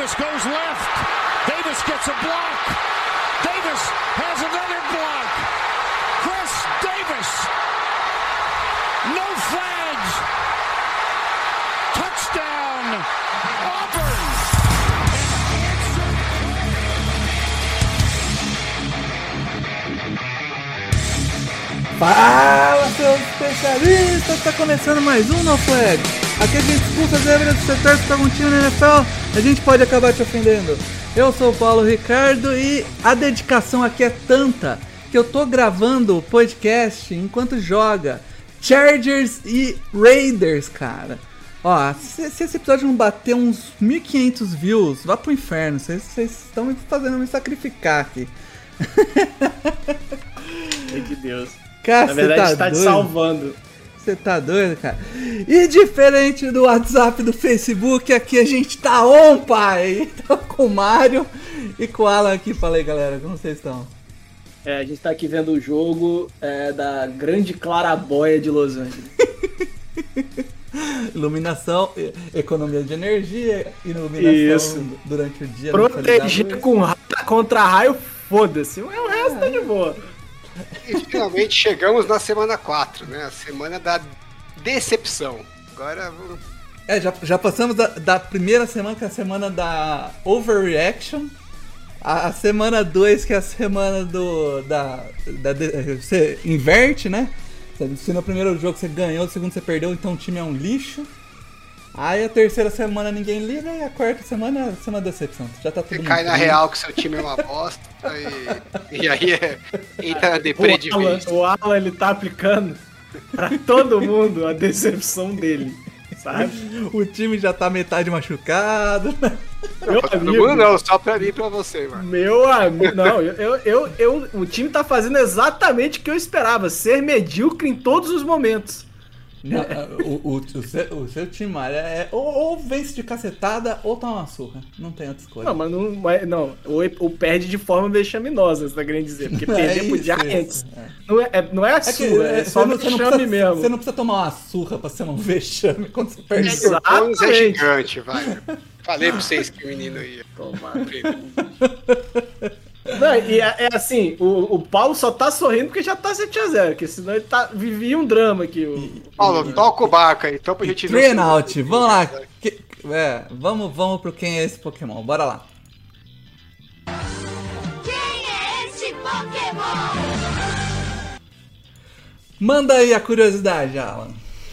Davis goes left. Davis gets a block. Davis has another block. Chris Davis. No flags. Touchdown. Auburn. Fala, seus especialistas! Tá começando mais um No Flag. Aqui a gente expulsa as zebras do setor para um time na NFL. A gente pode acabar te ofendendo. Eu sou o Paulo Ricardo e a dedicação aqui é tanta que eu tô gravando o podcast enquanto joga Chargers e Raiders, cara. Ó, se esse episódio não bater uns 1.500 views, vá pro inferno. Vocês estão me fazendo me sacrificar aqui. Meu Deus. Cara, na verdade, tá te salvando. Você tá doido, cara? E diferente do WhatsApp, do Facebook, aqui a gente tá on, pai! Tô com o Mário e com o Alan aqui. Fala aí, galera, como vocês estão? A gente tá aqui vendo o jogo da grande clarabóia de Los Angeles. Iluminação, economia de energia, iluminação isso. Durante o dia. Proteger contra raio, foda-se. O resto tá de boa. E finalmente chegamos na semana 4, né? A semana da decepção. Agora vamos... já passamos da primeira semana, que é a semana da overreaction. A semana 2, que é a semana você inverte, né? Se no primeiro jogo você ganhou, no segundo você perdeu, então o time é um lixo. Aí a terceira semana ninguém liga e a quarta semana é uma decepção. Já tá tudo você cai na real que seu time é uma bosta e aí entra na deprê de vez. O Alan, ele tá aplicando pra todo mundo a decepção dele, sabe? O time já tá metade machucado. Não, pra todo mundo não, só pra mim e pra você, mano. Meu amigo, não, o time tá fazendo exatamente o que eu esperava, ser medíocre em todos os momentos. Não, o seu time, Mário, ou vence de cacetada ou toma uma surra. Não tem outra escolha. Não, mas ou perde de forma vexaminosa, você tá querendo dizer. Porque perder pro Giants não é a surra, é só vexame mesmo. Você não precisa tomar uma surra pra ser um vexame quando você perde. Exatamente. É gigante, vai. Falei pra vocês que o menino ia tomar. Não, e é assim, o Paulo só tá sorrindo porque já tá 7-0, porque senão ele vivia um drama aqui. Paulo, toca o barco aí, então pra gente... 3 and out, vamos lá. Vamos pro quem é esse Pokémon, bora lá. Quem é esse Pokémon? Manda aí a curiosidade, Alan.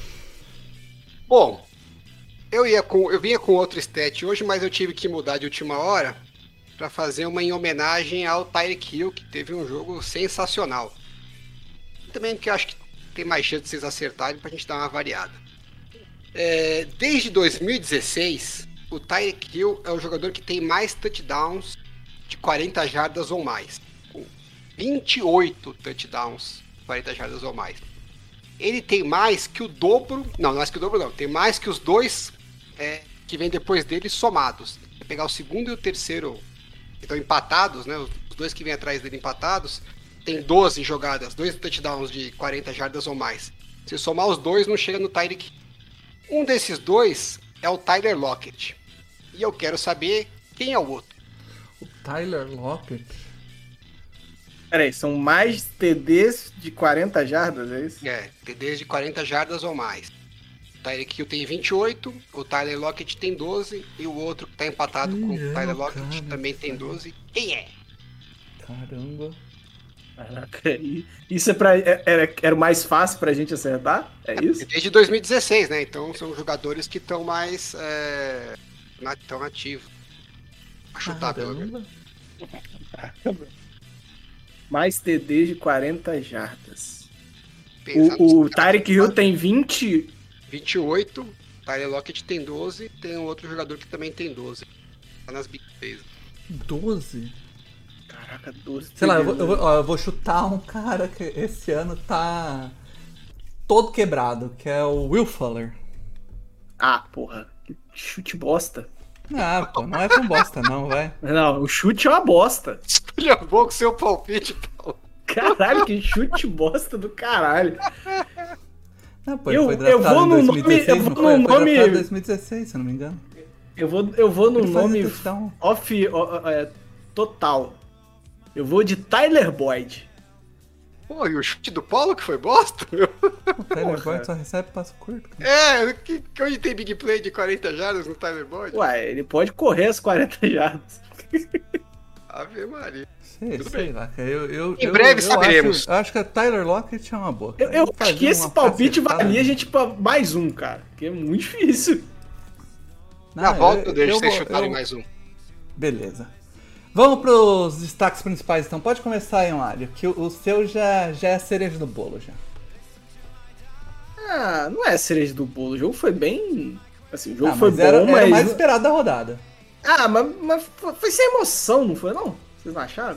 Bom, eu vinha com outro stat hoje, mas eu tive que mudar de última hora para fazer uma em homenagem ao Tyreek Hill, que teve um jogo sensacional. Também porque eu acho que tem mais chance de vocês acertarem pra gente dar uma variada. Desde 2016, o Tyreek Hill é o jogador que tem mais touchdowns de 40 jardas ou mais. Com 28 touchdowns de 40 jardas ou mais. Ele tem mais que o dobro... Não é que o dobro não. Tem mais que os dois que vem depois dele somados. Se pegar o segundo e o terceiro... Estão empatados, né? Os dois que vêm atrás dele empatados, tem 12 jogadas, 2 touchdowns de 40 jardas ou mais. Se somar os dois, não chega no Tyreek. Um desses dois é o Tyler Lockett. E eu quero saber quem é o outro. O Tyler Lockett? Peraí, são mais TDs de 40 jardas, é isso? TDs de 40 jardas ou mais. O Tyreek Hill tem 28, o Tyler Lockett tem 12 e o outro que tá empatado com o Tyler Lockett também tem 12. Quem é? Caramba. Caraca, isso era o mais fácil pra gente acertar? É isso? Desde 2016, né? Então são jogadores que estão mais tão ativos. Pra chutar pelo menos. Mais TD de 40 jardas. O Tyreek Hill tem 28, Tyler Lockett tem 12, tem um outro jogador que também tem 12. Tá nas Big 3. 12? Caraca, 12. Sei lá, eu vou chutar um cara que esse ano tá todo quebrado, que é o Will Fuller. Ah, porra, que chute bosta. Ah, pô, não é tão bosta não, vai. Não, o chute é uma bosta. Escolha bom com seu palpite, Paulo. Caralho, que chute bosta do caralho. Não, pô, foi draftado em 2016, eu vou no nome... Foi draftado em 2016, se eu não me engano. Eu vou no nome total. Eu vou de Tyler Boyd. Pô, e o chute do Paulo que foi bosta, meu? O Tyler Boyd só recebe passo curto. Cara. Que onde tem big play de 40 jardas no Tyler Boyd? Ué, ele pode correr as 40 jardas. Ave Maria. Sei lá, cara. Em breve saberemos. Acho que a Tyler Lockett é uma boa. Eu acho que esse palpite valia a gente pra mais um, cara. Que é muito difícil. Na volta eu deixo vocês chutarem mais um. Beleza. Vamos pros destaques principais, então. Pode começar aí, Mário, que o seu já é a cereja do bolo, já. Ah, não é a cereja do bolo. O jogo foi bem... Assim, o jogo foi bom, era mas... mais esperado da rodada. Ah, mas foi sem emoção, não foi, não? Vocês não acharam?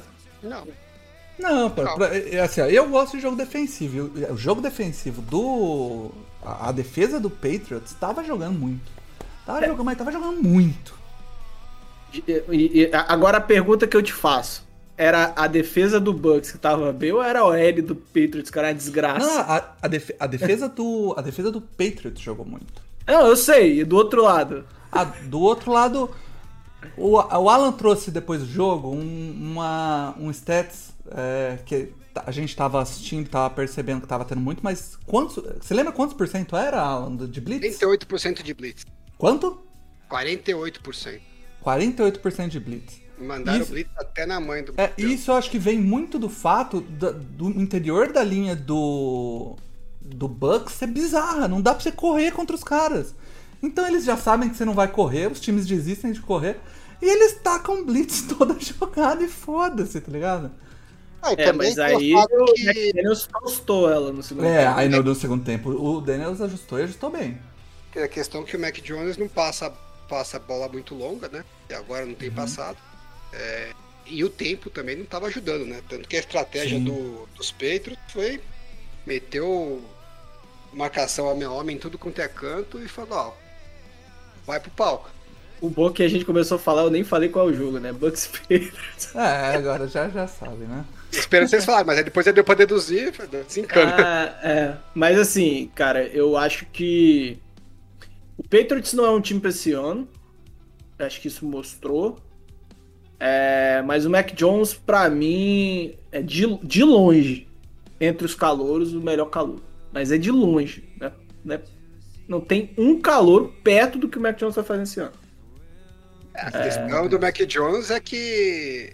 Não, assim, ó, eu gosto de jogo defensivo. O jogo defensivo do... A defesa do Patriots tava jogando muito. Mas tava jogando muito. Agora a pergunta que eu te faço. Era a defesa do Bucks que tava bem ou era a OL do Patriots, que era uma desgraça? Não, a defesa do Patriots jogou muito. Não, eu sei. E do outro lado? Do outro lado, o Alan trouxe depois do jogo um stats que a gente tava assistindo, tava percebendo que tava tendo muito, mas você lembra quantos por cento era, Alan, de Blitz? 38% de Blitz. Quanto? 48%. 48% de Blitz. Mandaram o Blitz até na mãe do... Isso eu acho que vem muito do fato do interior da linha do Bucks ser bizarra. Não dá pra você correr contra os caras. Então eles já sabem que você não vai correr, os times desistem de correr. E eles tacam Blitz toda jogada e foda-se, tá ligado? Mas aí o Daniels tostou ela no segundo tempo. Aí no segundo tempo o Daniels ajustou bem. Tem a questão que o Mac Jones não passa bola muito longa, né? E agora não tem passado. E o tempo também não estava ajudando, né? Tanto que a estratégia dos Patriots foi meteu marcação homem a homem em tudo quanto é canto e falou, vai pro palco. O bom que a gente começou a falar, eu nem falei qual é o jogo, né? Bucks Patriots. Agora já sabe, né? Espero vocês falarem, mas aí depois deu pra deduzir, desencana. Mas assim, cara, eu acho que o Patriots não é um time pra esse ano. Acho que isso mostrou. Mas o Mac Jones, pra mim, é de longe, entre os calouros, o melhor calouro. Mas é de longe, né? Não tem um calouro perto do que o Mac Jones tá fazendo esse ano. A questão do Mac Jones é que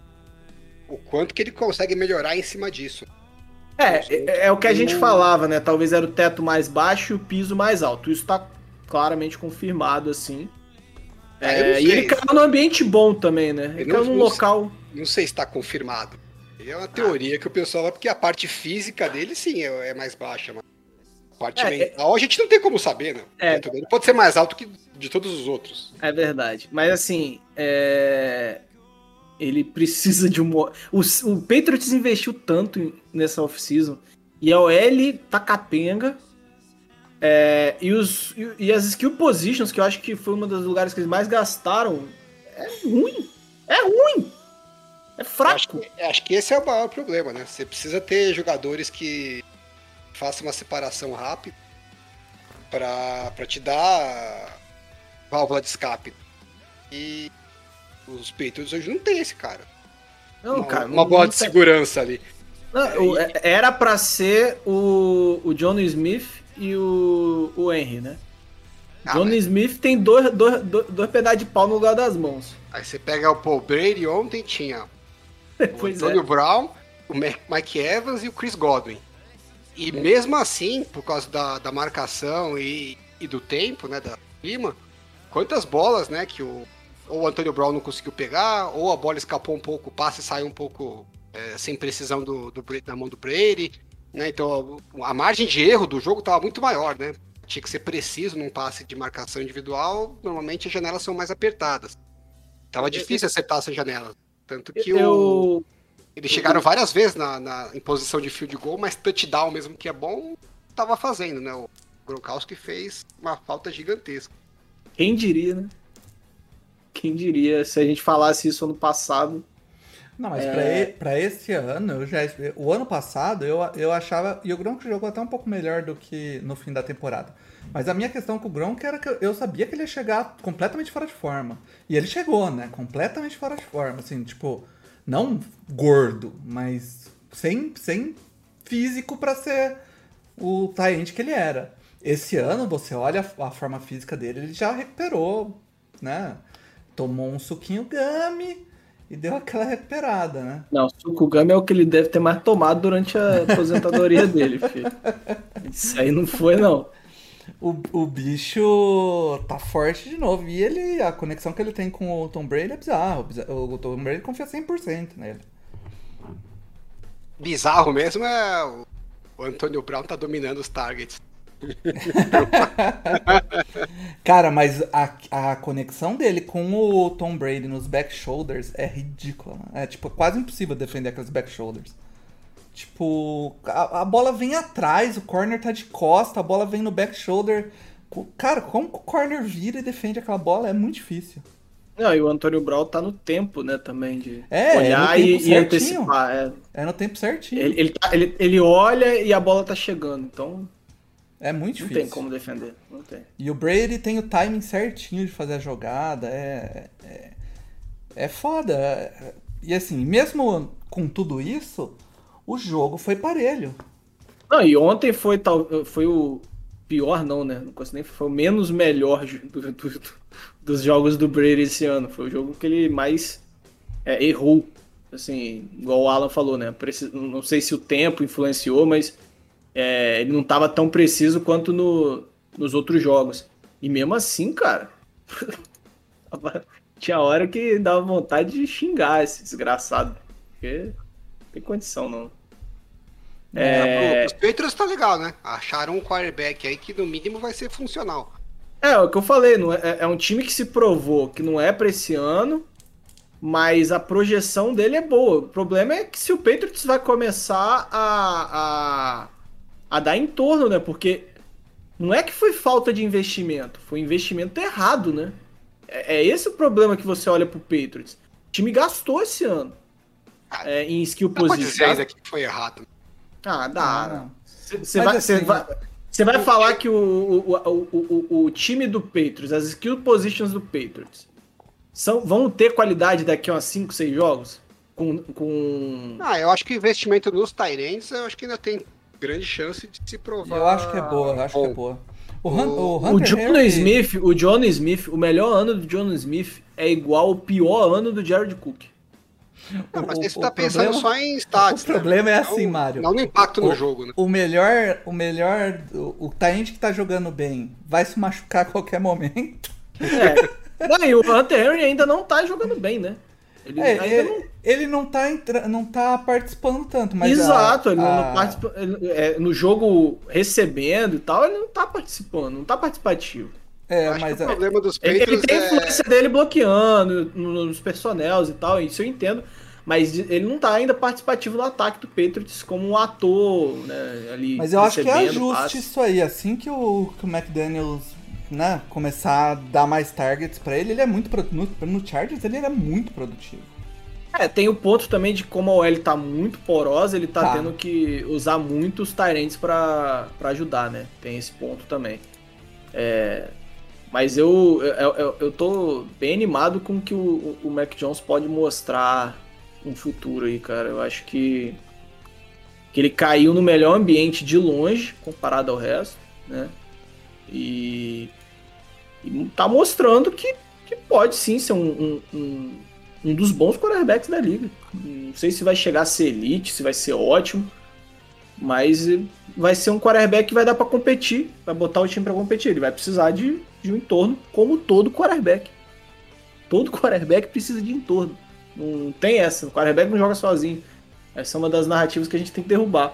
o quanto que ele consegue melhorar em cima disso. É o que a gente falava, né? Talvez era o teto mais baixo e o piso mais alto. Isso tá claramente confirmado, assim. E ele caiu num ambiente bom também, né? Ele caiu num local... Não sei se tá confirmado. É uma teoria que o pessoal vai, porque a parte física dele, sim, é mais baixa, mas a parte mental a gente não tem como saber, né? Ele pode ser mais alto que de todos os outros. É verdade. Mas assim, ele precisa de um... O Patriots investiu tanto nessa off-season e a OL tá capenga. E as skill positions, que eu acho que foi um dos lugares que eles mais gastaram, é ruim. É fraco. Acho que esse é o maior problema, né? Você precisa ter jogadores que façam uma separação rápida pra te dar válvula de escape. E os Patriots hoje não tem esse cara. Uma bola de segurança ali. Era pra ser o Jonnu Smith e o Henry, né? Jonnu Smith tem dois pedaços de pau no lugar das mãos. Aí você pega o Paul Brady, ontem tinha o Antonio Brown, o Mike Evans e o Chris Godwin. E mesmo assim, por causa da marcação e do tempo, né, da clima, quantas bolas, né, que ou o Antonio Brown não conseguiu pegar, ou a bola escapou um pouco, o passe saiu um pouco sem precisão da mão do Brady, né? Então a margem de erro do jogo estava muito maior, né? Tinha que ser preciso num passe de marcação individual, normalmente as janelas são mais apertadas. Tava difícil acertar essas janelas. Tanto que eles chegaram várias vezes em posição de field goal, mas touchdown mesmo que é bom, tava fazendo, né? O Gronkowski fez uma falta gigantesca. Quem diria, né? Quem diria se a gente falasse isso ano passado? Não, mas pra esse ano, o ano passado eu achava, e o Gronk jogou até um pouco melhor do que no fim da temporada. Mas a minha questão com o Gronk era que eu sabia que ele ia chegar completamente fora de forma. E ele chegou, né? Completamente fora de forma. Assim, tipo, não gordo, mas sem físico pra ser o Tyrant que ele era. Esse ano, você olha a forma física dele, ele já recuperou, né? Tomou um suquinho Gummy e deu aquela recuperada, né? Não, o suco Gummy é o que ele deve ter mais tomado durante a aposentadoria dele, filho. Isso aí não foi, não. O bicho tá forte de novo. E a conexão que ele tem com o Tom Brady é bizarro. O Tom Brady confia 100% nele. Bizarro mesmo é o Antônio Brown tá dominando os targets. Cara, mas a conexão dele com o Tom Brady nos back shoulders é ridícula. Mano. É tipo quase impossível defender aqueles back shoulders. Tipo, a bola vem atrás, o corner tá de costa, a bola vem no back shoulder. Cara, como que o corner vira e defende aquela bola? É muito difícil. Não, e o Antônio Brown tá no tempo, né, também, de É olhar no tempo e antecipar. É no tempo certinho. Ele olha e a bola tá chegando, então É muito não difícil. tem como defender. Não tem. E o Brady tem o timing certinho de fazer a jogada. É foda. E assim, mesmo com tudo isso, o jogo foi parelho. Não, e ontem foi o pior, não, né? Não consigo nem, foi o menos melhor dos jogos do Brady esse ano. Foi o jogo que ele mais errou. Assim, igual o Alan falou, né? Não sei se o tempo influenciou, mas ele não estava tão preciso quanto nos outros jogos. E mesmo assim, cara, tinha hora que dava vontade de xingar esse desgraçado. Porque não tem condição, não. Os Patriots tá legal, né? Acharam um quarterback aí que no mínimo vai ser funcional. É o que eu falei, não é um time que se provou que não é pra esse ano, mas a projeção dele é boa. O problema é que se o Patriots vai começar a dar em torno, né? Porque não é que foi falta de investimento, foi investimento errado, né? É esse o problema que você olha pro Patriots. O time gastou esse ano em skill Não pode dizer position. ainda que foi errado. Ah, dá. Não. Você vai falar que o time do Patriots, as skill positions do Patriots, vão ter qualidade daqui a uns 5, 6 jogos? Eu acho que o investimento nos Tyrants, eu acho que ainda tem grande chance de se provar. Eu acho que é boa, O John Smith, o melhor ano do John Smith é igual ao pior ano do Jared Cook. Não, mas você tá pensando só em stats. O problema é né? assim, Mário. Não no impacto no jogo, né? O Tyrant que tá jogando bem vai se machucar a qualquer momento. Não, e o Hunter Henry ainda não tá jogando bem, né? Ele não tá participando tanto, mas exato, ele não participa. No jogo recebendo e tal, ele não tá participando, não tá participativo. Mas o problema dos Patriots ele tem a influência dele bloqueando nos personnels e tal, isso eu entendo. Mas ele não tá ainda participativo no ataque do Patriots como um ator, né, ali. Mas eu acho que é ajuste isso aí. Assim que o McDaniels, né, começar a dar mais targets pra ele é muito no Chargers ele era muito produtivo. Tem o ponto também de como a OL tá muito porosa, ele tá tendo que usar muito os Tyrants pra ajudar, né? Tem esse ponto também. Mas eu tô bem animado com o que o Mac Jones pode mostrar um futuro aí, cara. Eu acho que ele caiu no melhor ambiente de longe, comparado ao resto, né? E tá mostrando que pode sim ser um dos bons quarterbacks da liga. Não sei se vai chegar a ser elite, se vai ser ótimo, mas vai ser um quarterback que vai dar pra competir, vai botar o time pra competir. Ele vai precisar de um entorno, como todo quarterback. Todo quarterback precisa de entorno. Não tem essa. O quarterback não joga sozinho. Essa é uma das narrativas que a gente tem que derrubar.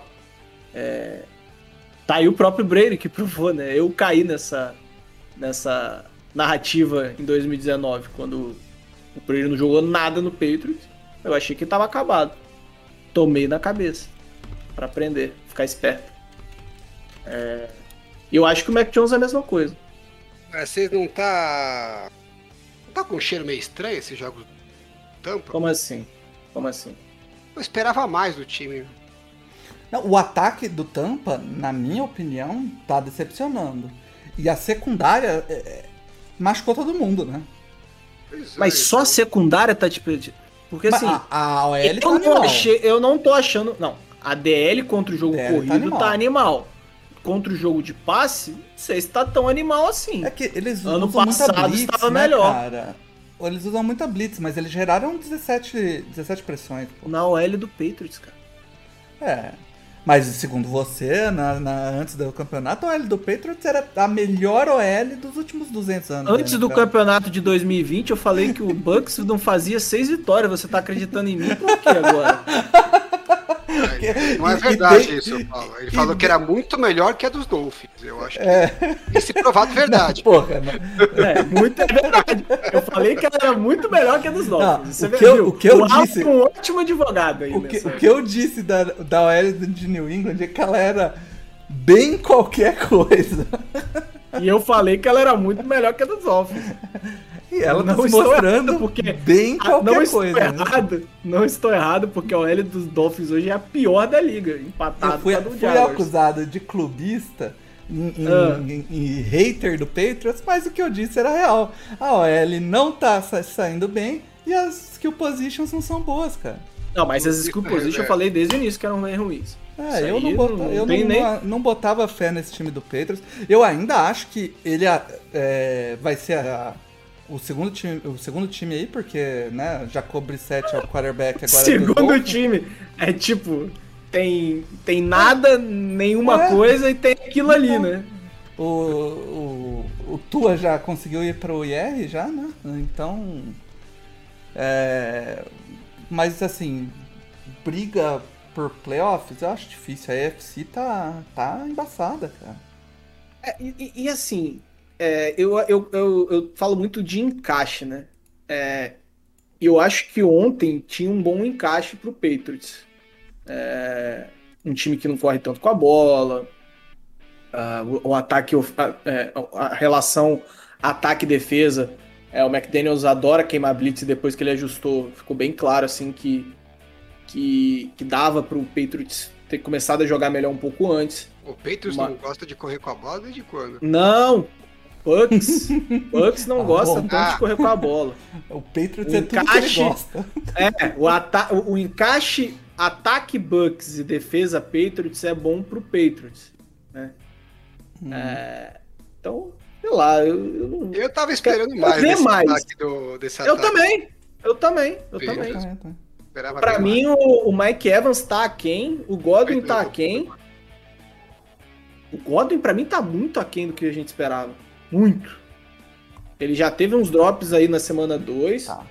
Tá aí o próprio Brady que provou, né? Eu caí nessa narrativa em 2019, quando o Brady não jogou nada no Patriots. Eu achei que tava acabado. Tomei na cabeça pra aprender, ficar esperto. E eu acho que o Mac Jones é a mesma coisa. Vocês não tá com um cheiro meio estranho esse jogo do Tampa? Como assim? Eu esperava mais do time. Não, o ataque do Tampa, na minha opinião, tá decepcionando. E a secundária machucou todo mundo, né? Pois é, Mas só a então. secundária tá tipo. Porque Mas assim. a OL eu, tá não animal. eu não tô achando. Não. A DL contra o jogo DL tá corrido animal. tá animal. Contra o jogo de passe, não sei se tá tão animal assim. É que eles Ano usam muita passado blitz, estava né, melhor. cara? Eles usam muita blitz, mas eles geraram 17 pressões, pô. Na OL do Patriots, cara. É. Mas segundo você, antes do campeonato, a OL do Patriots era a melhor OL dos últimos 200 anos. Antes né, do cara? campeonato de 2020, eu falei que o Bucks não fazia 6 vitórias. Você tá acreditando em mim por quê agora? Não é verdade isso, Paulo. Ele falou que era muito melhor que a dos Dolphins. Eu acho que isso é provado verdade. Porra, não. É verdade. Eu falei que ela era muito melhor que a dos Dolphins. Não, Você o que eu Alan disse- é um ótimo advogado aí. O que eu disse da OL de New England é que ela era bem qualquer coisa. E eu falei que ela era muito melhor que a dos Dolphins. E ela tá Não se estou mostrando errado, porque bem qualquer não estou coisa. né? errado, não estou errado, porque a OL dos Dolphins hoje é a pior da liga, Eu empatado fui, com a do fui Jaguars. acusado de clubista Ah. e hater do Patriots, mas o que eu disse era real. A OL não tá saindo bem e as skill positions não são boas, cara. Não, mas as skill position eu falei desde o início que eram bem ruins. Isso Eu, aí não, tem nem... não botava fé nesse time do Patriots. Eu ainda acho que ele vai ser o segundo time aí, porque, né, Jacob Brissett é o quarterback agora do Segundo Dolphins. time, é tipo, tem nada, nenhuma coisa e tem aquilo ali, né? O Tua já conseguiu ir pro IR já, né? Então. Mas assim, briga por playoffs, eu acho difícil. A AFC tá embaçada, cara. E assim, eu falo muito de encaixe, né? Eu acho que ontem tinha um bom encaixe pro Patriots. Um time que não corre tanto com a bola, o ataque, a relação ataque-defesa. O McDaniels adora queimar blitz e depois que ele ajustou, ficou bem claro assim que dava pro Patriots ter começado a jogar melhor um pouco antes. O Patriots não gosta de correr com a bola desde quando? Não! Bucks não gosta bom. tanto de correr com a bola. O Patriots O é tudo que ele encaixe- gosta. O encaixe ataque Bucks e defesa Patriots é bom pro Patriots, né? Então, sei lá, eu não... Eu tava esperando Quero mais ver desse mais. ataque. Desse Eu ataque. também. Esperava Pra bem mim, mais. o Mike Evans tá aquém, o Godwin tá aquém. O Godwin, pra mim, tá muito aquém do que a gente esperava. Muito. Ele já teve uns drops aí na semana 2. Tá.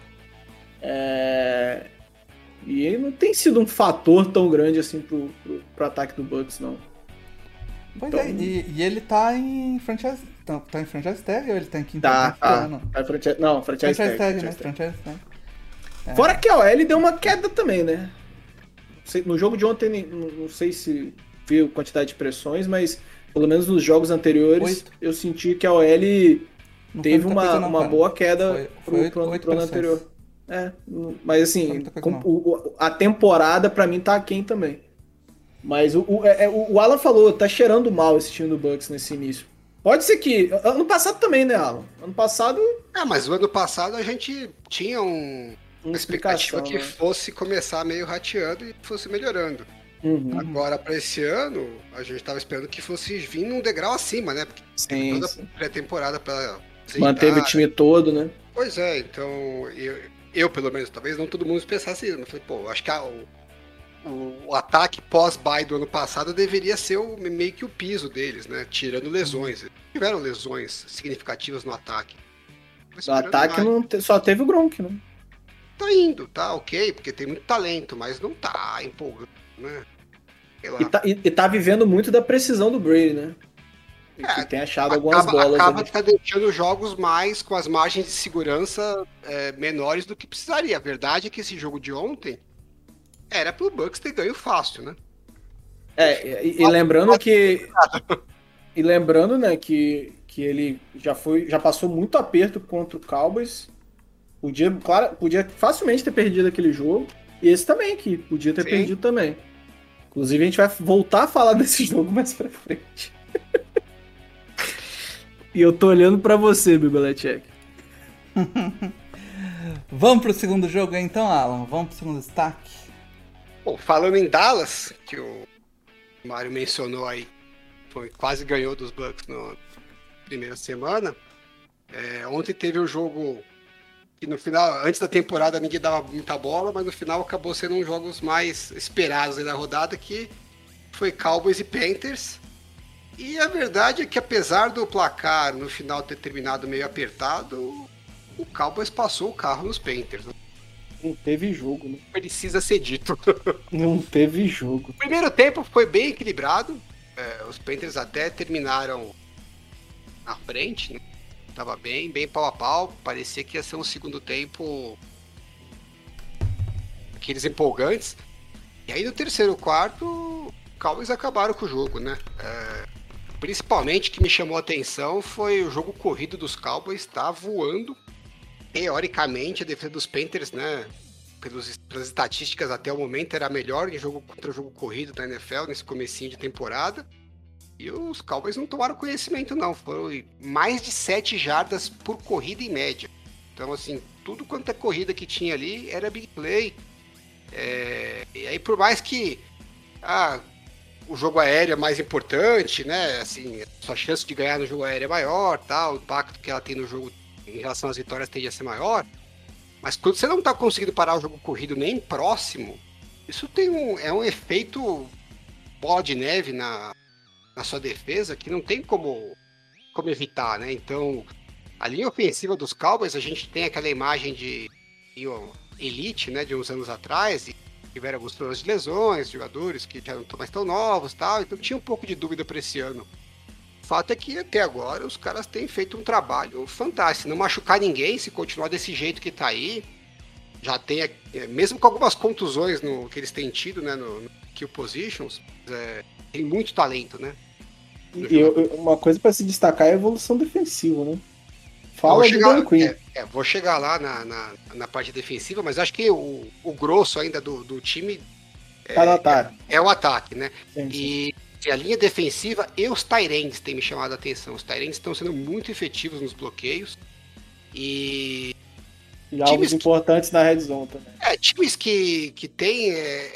E ele não tem sido um fator tão grande assim pro ataque do Bucks, não. Pois Então- é, e ele tá em franchise. Tá em franchise tag ou ele tá em quinto Tá. ano? Franchise Franchise tag, né? franchise tag. Franchise tag. Fora que a OL deu uma queda também, né? No jogo de ontem, não sei se viu quantidade de pressões, mas pelo menos nos jogos anteriores 8. eu senti que a OL Não teve foi muita coisa não, uma cara. boa queda Foi pro 8 ano pressões. anterior. Mas assim, muita coisa a temporada pra mim tá aquém também. Mas o Alan falou, tá cheirando mal esse time do Bucks nesse início. Pode ser que... Ano passado também, né, Alan? Ano passado, Mas o ano passado a gente tinha uma expectativa que né? fosse começar meio rateando e fosse melhorando. Uhum. Agora, pra esse ano, a gente tava esperando que fosse vir num degrau acima, né? Porque teve Sim, toda sim. a pré-temporada pra Manteve o time todo, né? Pois é, então eu pelo menos, talvez não todo mundo pensasse isso, mas falei, pô, acho que o ataque pós-bye do ano passado deveria ser meio que o piso deles, né? Tirando lesões. Eles tiveram lesões significativas no ataque. No ataque só teve o Gronk, né? Tá indo, tá ok, porque tem muito talento, mas não tá empolgando, né? Sei lá. E tá vivendo muito da precisão do Brady, né? Que tem achado algumas bolas. Acaba ali. que tá deixando jogos mais com as margens de segurança menores do que precisaria. A verdade é que esse jogo de ontem era pro Bucks ter ganho fácil, né? E lembrando que... E lembrando, né, que ele já passou muito aperto contra o Cowboys. Podia facilmente ter perdido aquele jogo. E esse também, que podia ter Sim. perdido também. Inclusive, a gente vai voltar a falar desse jogo mais pra frente. E eu tô olhando pra você, Bibelechek. Vamos pro segundo jogo aí, então, Alan? Vamos pro segundo destaque? Bom, falando em Dallas, que o Mário mencionou aí, quase ganhou dos Bucks na primeira semana. Ontem teve um jogo que no final, antes da temporada, ninguém dava muita bola, mas no final acabou sendo um dos jogos mais esperados aí da rodada, que foi Cowboys e Panthers. E a verdade é que, apesar do placar no final ter terminado meio apertado, o Cowboys passou o carro nos Panthers. Não teve jogo, né? Precisa ser dito. Não teve jogo. O primeiro tempo foi bem equilibrado. Os Panthers até terminaram na frente, né? Tava bem pau a pau. Parecia que ia ser um segundo tempo aqueles empolgantes. E aí no terceiro quarto, o Cowboys acabaram com o jogo, né? Principalmente o que me chamou a atenção foi o jogo corrido dos Cowboys tá voando. Teoricamente, a defesa dos Panthers, né? Pelas estatísticas até o momento, era a melhor em jogo contra o jogo corrido da NFL nesse comecinho de temporada. E os Cowboys não tomaram conhecimento, não. Foram mais de 7 jardas por corrida em média. Então, assim, tudo quanto é corrida que tinha ali era big play. E aí, por mais que o jogo aéreo é mais importante, né? Assim, sua chance de ganhar no jogo aéreo é maior, tá? O impacto que ela tem no jogo em relação às vitórias tende a ser maior. Mas quando você não tá conseguindo parar o jogo corrido nem próximo, isso tem um efeito bola de neve na sua defesa que não tem como evitar, né? Então, a linha ofensiva dos Cowboys, a gente tem aquela imagem de elite, né, de uns anos atrás, e tiveram alguns problemas de lesões, jogadores que já não estão mais tão novos, tal, então tinha um pouco de dúvida para esse ano. O fato é que até agora os caras têm feito um trabalho fantástico. Se não machucar ninguém, se continuar desse jeito que tá aí, já tem, mesmo com algumas contusões que eles têm tido, né, no kill positions, tem muito talento, né? E uma coisa para se destacar é a evolução defensiva, né? Fala do Dan Quinn. Vou chegar lá na parte defensiva, mas acho que o grosso ainda do time Tá no ataque. É o ataque, né? Sim. E a linha defensiva e os tight ends têm me chamado a atenção. Os tight ends estão sendo muito efetivos nos bloqueios. E alvos importantes na red zone também. Times que têm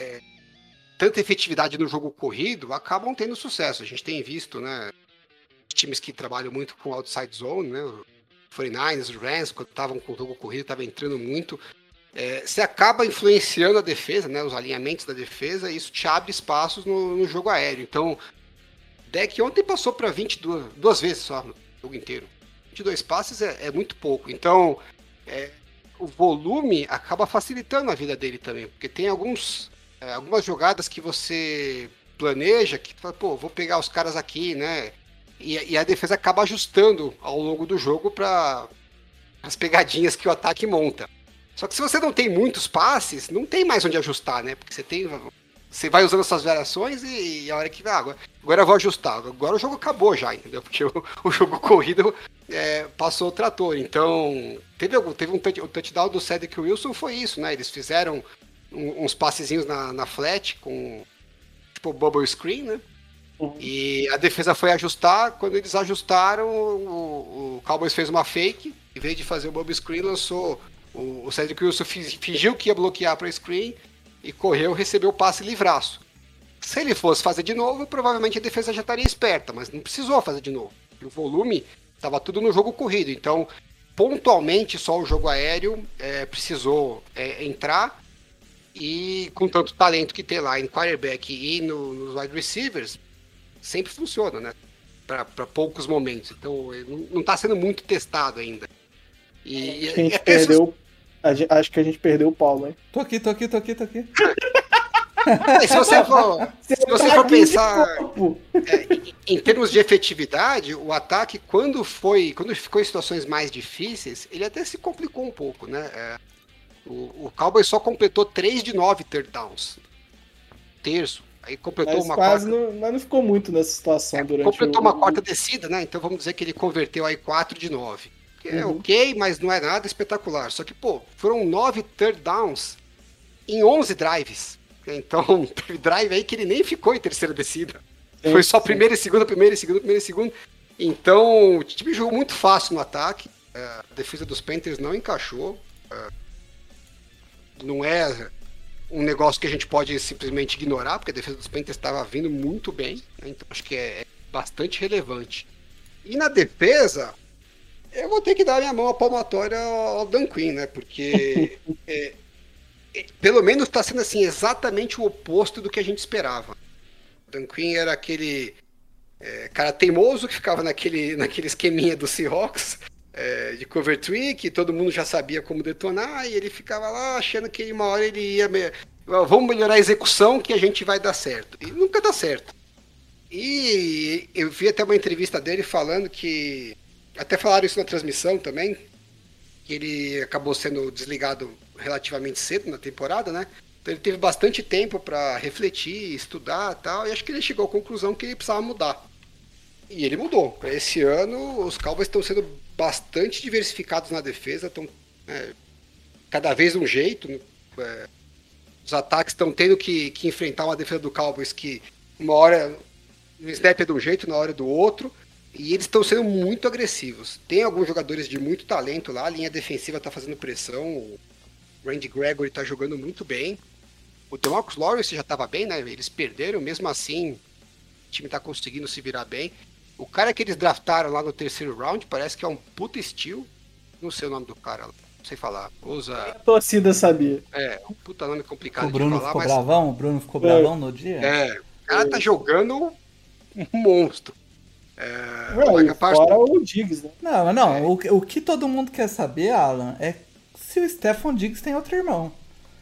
tanta efetividade no jogo corrido acabam tendo sucesso. A gente tem visto, né? Times que trabalham muito com outside zone, né? Os 49ers, os Rams, quando estavam com o jogo corrido, estavam entrando muito. Você acaba influenciando a defesa, né? Os alinhamentos da defesa, e isso te abre espaços no jogo aéreo. Então, o deck ontem passou para 22 vezes só no jogo inteiro. 22 passes é muito pouco. Então, o volume acaba facilitando a vida dele também, porque tem algumas jogadas que você planeja, que tu fala, pô, vou pegar os caras aqui, né? E a defesa acaba ajustando ao longo do jogo para as pegadinhas que o ataque monta. Só que se você não tem muitos passes, não tem mais onde ajustar, né? Porque você vai usando essas variações e a hora que agora eu vou ajustar. Agora o jogo acabou já, entendeu? Porque o jogo corrido passou o trator. Então, teve o touchdown do Cedric Wilson, foi isso, né? Eles fizeram uns passezinhos na flat com tipo bubble screen, né? Uhum. E a defesa foi ajustar. Quando eles ajustaram, o Cowboys fez uma fake. Em vez de fazer o bubble screen, lançou o Cedric Wilson, fingiu que ia bloquear para screen e correu, recebeu o passe livraço. Se ele fosse fazer de novo, provavelmente a defesa já estaria esperta, mas não precisou fazer de novo. O volume estava tudo no jogo corrido. Então, pontualmente, só o jogo aéreo precisou entrar. E com tanto talento que tem lá em quarterback e nos wide receivers, sempre funciona, né? Para poucos momentos. Então, não está sendo muito testado ainda. Acho que a gente perdeu o Paulo, hein? Tô aqui. Se você for pensar em termos de efetividade, o ataque, quando ficou em situações mais difíceis, ele até se complicou um pouco, né? O Cowboys só completou 3 de 9 third downs. Terço. Aí completou mas uma quase quarta. Mas não ficou muito nessa situação durante completou uma quarta descida, né? Então vamos dizer que ele converteu aí 4 de 9. Que é ok, mas não é nada espetacular. Só que, foram 9 third downs em 11 drives. Então, teve drive aí que ele nem ficou em terceira descida. Foi só primeira e segunda. Então, o time jogou muito fácil no ataque. A defesa dos Panthers não encaixou. Não é um negócio que a gente pode simplesmente ignorar, porque a defesa dos Panthers estava vindo muito bem, né? Então acho que é bastante relevante. E na defesa, eu vou ter que dar minha mão à palmatória ao Dan Quinn, né? Porque pelo menos está sendo assim exatamente o oposto do que a gente esperava. O Dan Quinn era aquele cara teimoso que ficava naquele esqueminha do Seahawks, de cover tree, que todo mundo já sabia como detonar, e ele ficava lá achando que uma hora ele ia... Vamos melhorar a execução que a gente vai dar certo. E nunca dá certo. E eu vi até uma entrevista dele falando que... Até falaram isso na transmissão também, que ele acabou sendo desligado relativamente cedo na temporada, né? Então ele teve bastante tempo para refletir, estudar e tal, e acho que ele chegou à conclusão que ele precisava mudar. E ele mudou. Para esse ano, os Cowboys estão sendo bastante diversificados na defesa, estão cada vez um jeito. Os ataques estão tendo que enfrentar uma defesa do Cowboys que uma hora no snap é de um jeito, na hora é do outro, e eles estão sendo muito agressivos. Tem alguns jogadores de muito talento lá, a linha defensiva está fazendo pressão, o Randy Gregory está jogando muito bem. O DeMarcus Lawrence já estava bem, né? Eles perderam, mesmo assim o time está conseguindo se virar bem. O cara que eles draftaram lá no terceiro round parece que é um puta steal. Não sei o nome do cara, não sei falar. A torcida sabia. Um puta nome complicado O Bruno de falar, ficou mas... bravão? O Bruno ficou bravão no dia? O cara tá jogando um monstro. Fora o Diggs, né? Não. O que todo mundo quer saber, Alan, é se o Stephon Diggs tem outro irmão.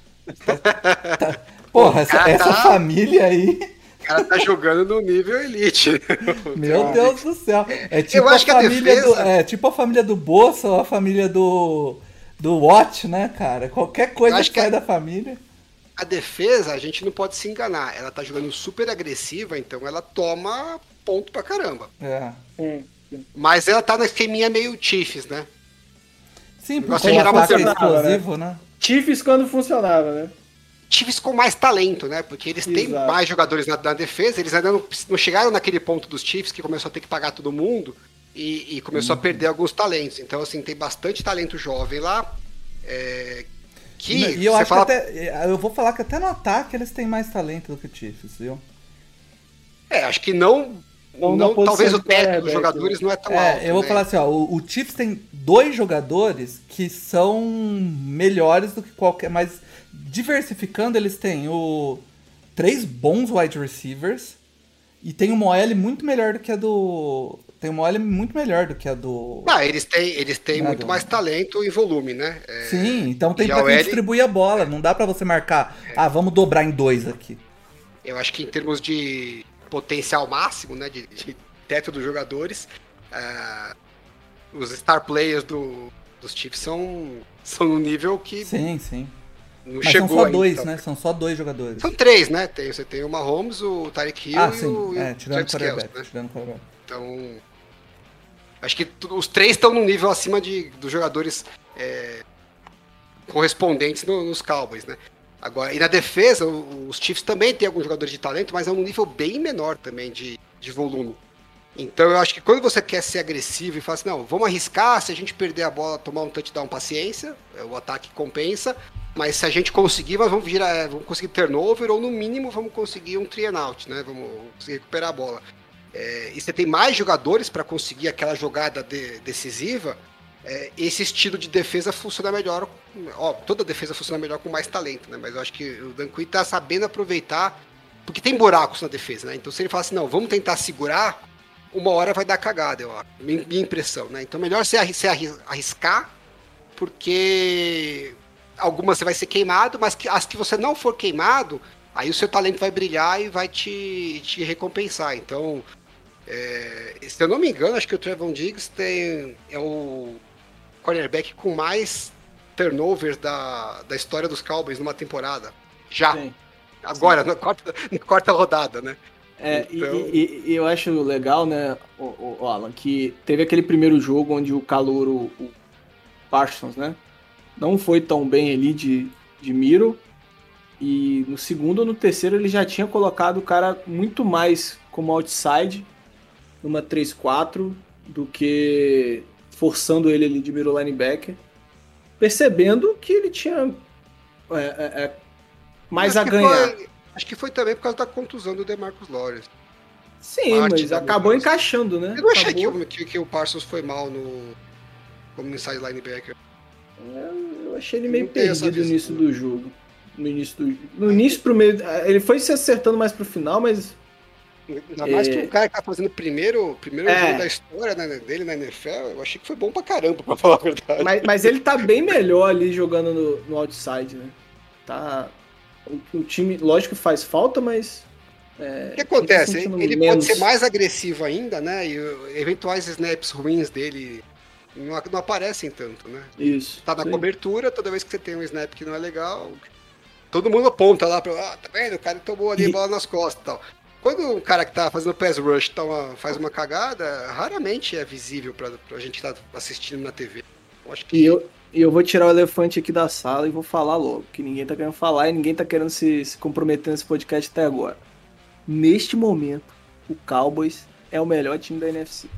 Porra, essa família aí... O cara tá jogando no nível elite. Meu Deus do céu. É tipo eu acho que a defesa... É tipo a família do Bolsa ou a família do Watt, né, cara? Qualquer coisa que sai da família. A defesa, a gente não pode se enganar. Ela tá jogando super agressiva, então ela toma ponto pra caramba. Mas ela tá na esqueminha meio Chiefs, né? Sim, porque o ataque é explosivo, né? Chiefs quando funcionava, né? Chiefs com mais talento, né? Porque eles têm mais jogadores na defesa, eles ainda não chegaram naquele ponto dos Chiefs que começou a ter que pagar todo mundo e começou a perder alguns talentos. Então, assim, tem bastante talento jovem lá. E eu acho que até. Eu vou falar que até no ataque eles têm mais talento do que o Chiefs, viu? Acho que não talvez o teto dos jogadores não é tão alto. Eu vou falar assim, ó, o Chiefs tem 2 jogadores que são melhores do que qualquer. Mas diversificando, eles têm 3 bons wide receivers e tem uma OL muito melhor do que a do. Tem uma OL muito melhor do que a do. Eles têm muito mais talento e volume, né? Sim, então tem pra quem distribuir a bola. Não dá pra você marcar, vamos dobrar em 2 aqui. Eu acho que em termos de potencial máximo, né, de teto dos jogadores, os star players dos Chiefs são no nível que sim. Não mas chegou são só ainda, 2, né? São só 2 jogadores. São 3, né? Você tem o Mahomes, o Tyreek Hill sim. o tirando o quarterback, né? Então, acho que os 3 estão num nível acima dos jogadores correspondentes nos Cowboys, né? Agora, e na defesa, os Chiefs também tem alguns jogadores de talento, mas é um nível bem menor também de volume. Então eu acho que quando você quer ser agressivo e fala assim, não, vamos arriscar, se a gente perder a bola, tomar um touchdown, paciência, o ataque compensa, mas se a gente conseguir, nós vamos conseguir turnover, ou no mínimo vamos conseguir um 3-and-out, né? Vamos conseguir recuperar a bola. E você tem mais jogadores para conseguir aquela jogada decisiva, esse estilo de defesa funciona melhor. Toda defesa funciona melhor com mais talento, né? Mas eu acho que o Dan Quinn tá sabendo aproveitar, porque tem buracos na defesa, né? Então se ele fala assim, não, vamos tentar segurar, uma hora vai dar cagada, eu acho. Minha impressão, né? Então melhor você arriscar, porque algumas você vai ser queimado, mas as que você não for queimado, aí o seu talento vai brilhar e vai te recompensar. Então, se eu não me engano, acho que o Trevon Diggs é o cornerback com mais turnovers da história dos Cowboys numa temporada. Já. Sim. Agora, sim. Na quarta rodada, né? Então... E eu acho legal, né, o Alan, que teve aquele primeiro jogo onde o calouro, o Parsons, né, não foi tão bem ali de miro, e no segundo ou no terceiro ele já tinha colocado o cara muito mais como outside, numa 3-4, do que forçando ele ali de middle linebacker, percebendo que ele tinha mais a ganhar. Acho que foi também por causa da contusão do DeMarcus Lawrence. Sim, Parte mas da acabou mudança. encaixando, né? Eu não achei Acabou. que o Parsons foi mal como inside linebacker. Eu achei ele meio Não tenho essa perdido no visão. início do jogo. No início pro meio. Ele foi se acertando mais pro final, mas. Ainda mais que um cara que tá fazendo o primeiro jogo É. da história, né, dele na NFL, eu achei que foi bom pra caramba, pra falar a verdade. Mas ele tá bem melhor ali jogando no outside, né? Tá. O time, lógico que faz falta, mas. O que acontece? Tá sentindo Ele menos. pode ser mais agressivo ainda, né? E eventuais snaps ruins dele não aparecem tanto, né? Isso. Tá na sim. cobertura, toda vez que você tem um snap que não é legal, todo mundo aponta lá pra. Tá vendo? O cara tomou ali a bola nas costas e tal. Quando um cara que tá fazendo pass rush faz uma cagada, raramente é visível pra gente que tá assistindo na TV. Eu acho que. E eu vou tirar o elefante aqui da sala e vou falar logo, que ninguém tá querendo falar e ninguém tá querendo se comprometer nesse podcast até agora. Neste momento, o Cowboys é o melhor time da NFC.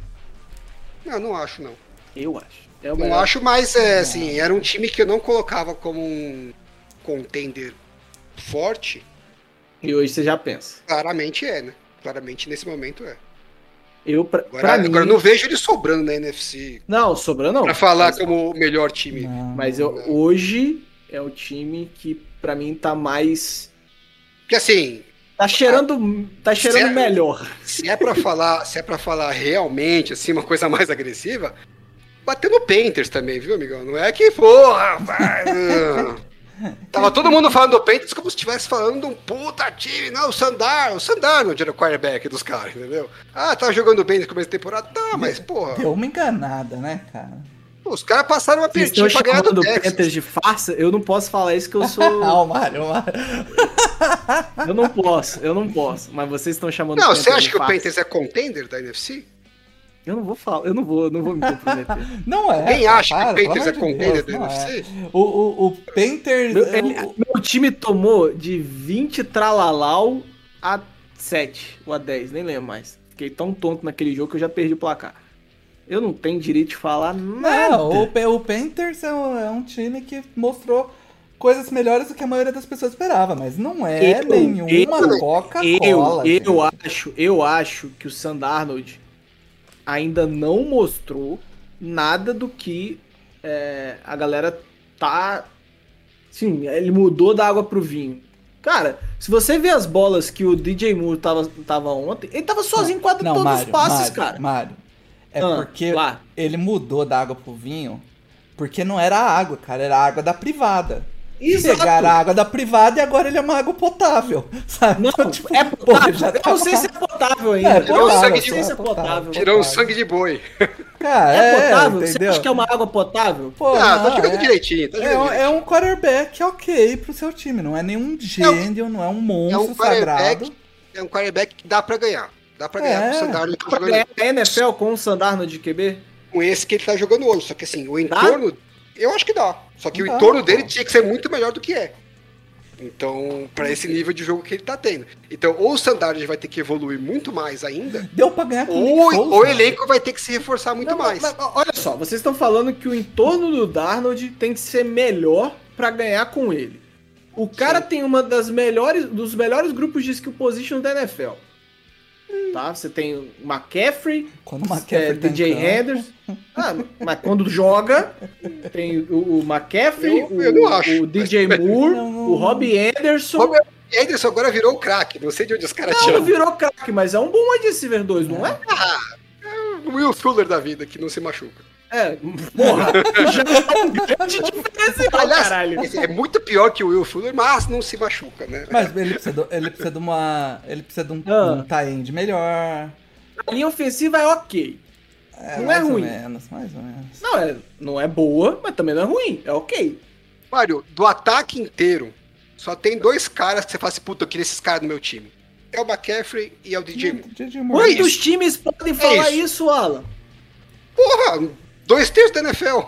Não acho, não. Eu acho. É o Não melhor. acho, mas assim, era um time que eu não colocava como um contender forte. E hoje você já pensa. Claramente é, né? Claramente nesse momento é. Pra mim... Agora eu não vejo ele sobrando na NFC. Não, sobrando não. Pra falar Mas- como o melhor time. Não. Mas hoje é o time que pra mim tá mais... Porque assim, Tá cheirando Certo. melhor. se é pra falar realmente assim uma coisa mais agressiva, bateu no Panthers também, viu, amigão? Não é que porra, rapaz. Não. Tava todo mundo falando do Panthers como se estivesse falando de um puta time. Não, o Sandarnold era o quarterback dos caras, entendeu? Ah, tava jogando bem no começo da temporada. Tá, mas porra, Deu uma enganada, né, cara? os caras passaram uma Vocês estão pertinha pra ganhar chamando do o Texas. Panthers de farsa? Eu não posso falar isso que eu sou... Ah, o Mário. Eu não posso. Mas vocês estão chamando Não, o você Panthers acha de que o farsa. Panthers é contender da NFC? Eu não vou falar, eu não vou me comprometer. Não é. Quem cara, acha que o pelo Panthers é amor de contender Deus, da não NFC? é. O Panthers. Meu time tomou de 20 tralalau a 7 ou a 10, nem lembro mais. Fiquei tão tonto naquele jogo que eu já perdi o placar. Eu não tenho direito de falar nada. Não, o Panthers é um time que mostrou coisas melhores do que a maioria das pessoas esperava, mas não é nenhuma Coca-Cola. Eu acho que o Sandarnold ainda não mostrou nada do que a galera tá... Sim, ele mudou da água pro vinho. Cara, se você ver as bolas que o DJ Moore tava ontem, ele tava sozinho quase Não, todos Mário, os passes, Mário, cara. Mário, é Ah, porque lá. ele mudou da água pro vinho porque não era água, cara, era água da privada. Exato. Pegaram a água da privada e agora ele é uma água potável, sabe? Não, Então, tipo, é pô, potável. já Eu não sei se é potável ainda. É, Eu não potável, sei se é é potável. Tirou um sangue de boi. Cara, É potável? Você entendeu? acha que é uma água potável? Pô, Ah, tá não, jogando direitinho, tá jogando direitinho. É um quarterback ok pro seu time, não é nenhum gênio, não é um monstro sagrado. É um quarterback que dá pra ganhar. Dá pra ganhar com o Sandarnold que tá Pra jogando ganhar a NFL com o Sandarnold de QB? com esse que ele tá jogando hoje. Só que assim, o entorno, eu acho que dá. Só que o Dá, entorno pô. dele tinha que ser muito melhor do que é. Então, pra esse nível de jogo que ele tá tendo. Então, ou o Sandarnold vai ter que evoluir muito mais ainda, Deu pra ganhar com o Nick ou Foles, o né? elenco vai ter que se reforçar muito Não, mais. mas olha só, vocês estão falando que o entorno do Darnold tem que ser melhor pra ganhar com ele. O cara tem uma dos melhores grupos de skill position da NFL. Tá? Você tem o McCaffrey, Quando o McCaffrey tá em DJ campo. Henderson. Ah, mas quando joga, tem o McCaffrey, Eu não acho. o DJ Moore, Não. o Robbie Anderson. Robert Anderson agora virou o craque. Não sei de onde os caras Não, tiram. virou craque, mas é um bom wide receiver 2, não é? O Will Fuller da vida, que não se machuca. É, porra, já é um grande diferencial, Aliás, caralho. é muito pior que o Will Fuller, mas não se machuca, né? Mas ele precisa de um tight end melhor. A linha ofensiva é ok. Não é mais ruim. Mais ou menos. Não é boa, mas também não é ruim. É ok. Mário, do ataque inteiro, só tem dois caras que você fala assim, puta, eu queria esses caras no meu time. É o McCaffrey e é o DJ Moore. DJ Moore. Quantos times podem falar isso, Alan? Porra, 2/3 da NFL.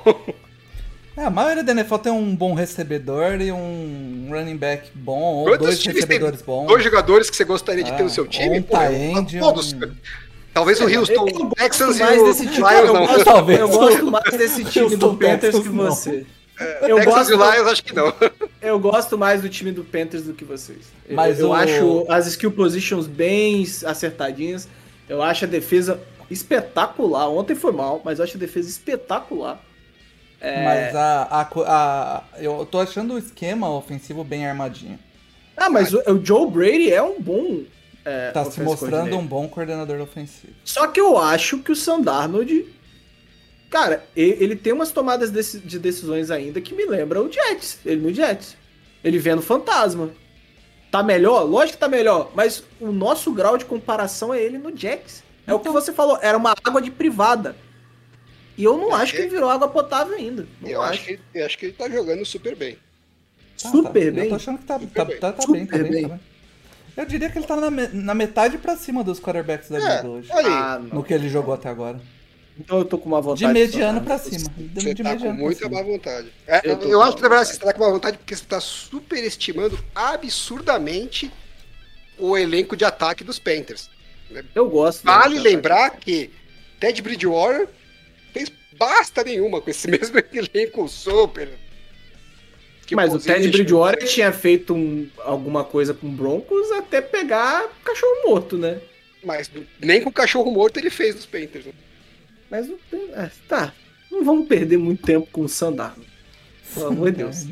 A maioria da NFL tem um bom recebedor e um running back bom, ou Quantos dois times tem recebedores bons. dois jogadores que você gostaria de ter no seu time? Um Porra, tight end, todos. Talvez o Houston Eu gosto Texans e mais o desse time. Lions não. Talvez. Eu gosto mais desse time Houston do Panthers Texans, que não. você. Eu Texans e gosto, Lions, acho que não. eu gosto mais do time do Panthers do que vocês. Mas eu o- acho as skill positions bem acertadinhas. Eu acho a defesa espetacular. Ontem foi mal, mas eu acho a defesa espetacular. Mas eu tô achando o esquema ofensivo bem armadinho. Ah, mas o Joe Brady é um bom. Tá se offensive mostrando coordinator. um bom coordenador ofensivo. Só que eu acho que o Sam Darnold, cara, ele tem umas tomadas de decisões ainda que me lembram o Jets. Ele no Jets. Ele vendo fantasma. Tá melhor? Lógico que tá melhor. Mas o nosso grau de comparação é ele no Jets. É o que você falou. Era uma água de privada. E eu não acho que ele virou água potável ainda. Não Eu acho que ele tá jogando super bem. Super Eu bem. tô achando que tá bem, Super tá bem. bem. Eu diria que ele tá na metade pra cima dos quarterbacks da liga hoje. Olha aí. Ah, No não. que ele jogou até agora. Então eu tô com uma De vontade. mediano só, pra cara. cima. Você De tá com mediano pra muita cima. má vontade. Eu tô Eu com acho que, na verdade, vontade. você tá com má vontade porque você tá superestimando absurdamente o elenco de ataque dos Panthers. Eu gosto. Vale né? lembrar que Ted Bridgewater fez basta nenhuma com esse mesmo elenco super. que Mas o position. Ted Bridgewater tinha feito alguma coisa com Broncos até pegar cachorro morto, né? Mas nem com o cachorro morto ele fez dos Panthers. Né? Mas não tem. Tá. Não vamos perder muito tempo com o Sandarno. Pelo amor de Deus.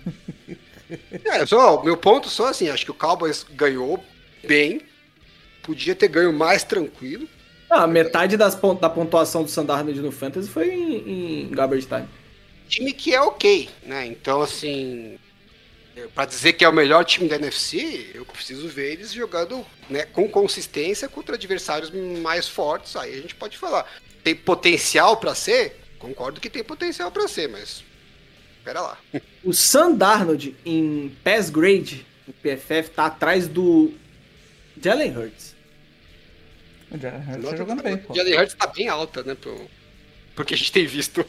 Meu ponto só assim, acho que o Cowboys ganhou bem. Podia ter ganho mais tranquilo. Ah, metade da pontuação do Sandarno no Fantasy foi em garbage time. Time que é ok, né? Então, assim, pra dizer que é o melhor time da NFC, eu preciso ver eles jogando, né, com consistência contra adversários mais fortes. Aí a gente pode falar. Tem potencial pra ser? Concordo que tem potencial pra ser, mas pera lá. O Sam Darnold em pass grade, o PFF, tá atrás do Jalen Hurts. O Jalen Hurts tá jogando bem, pô. O Jalen Hurts tá bem alta, né? Porque a gente tem visto.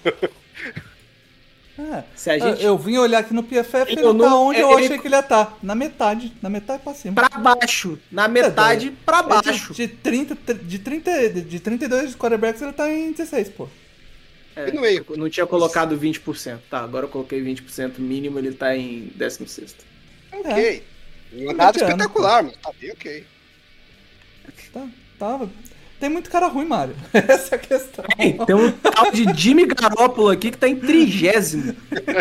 Se a gente- Eu vim olhar aqui no PFF, ele Eu tá não- onde eu ele- achei que ele ia estar. Na metade pra cima. Pra baixo. Na metade pra baixo. De 32 quarterbacks, ele tá em 16, pô. E no meio. Eu não tinha colocado 20%. Tá, agora eu coloquei 20% mínimo, ele tá em 16º. Ok. Não é nada mediano, espetacular, mas tá bem ok. Tá. Tem muito cara ruim, Mário. Essa é a questão. Tem um tal de Jimmy Garoppolo aqui que tá em 30º.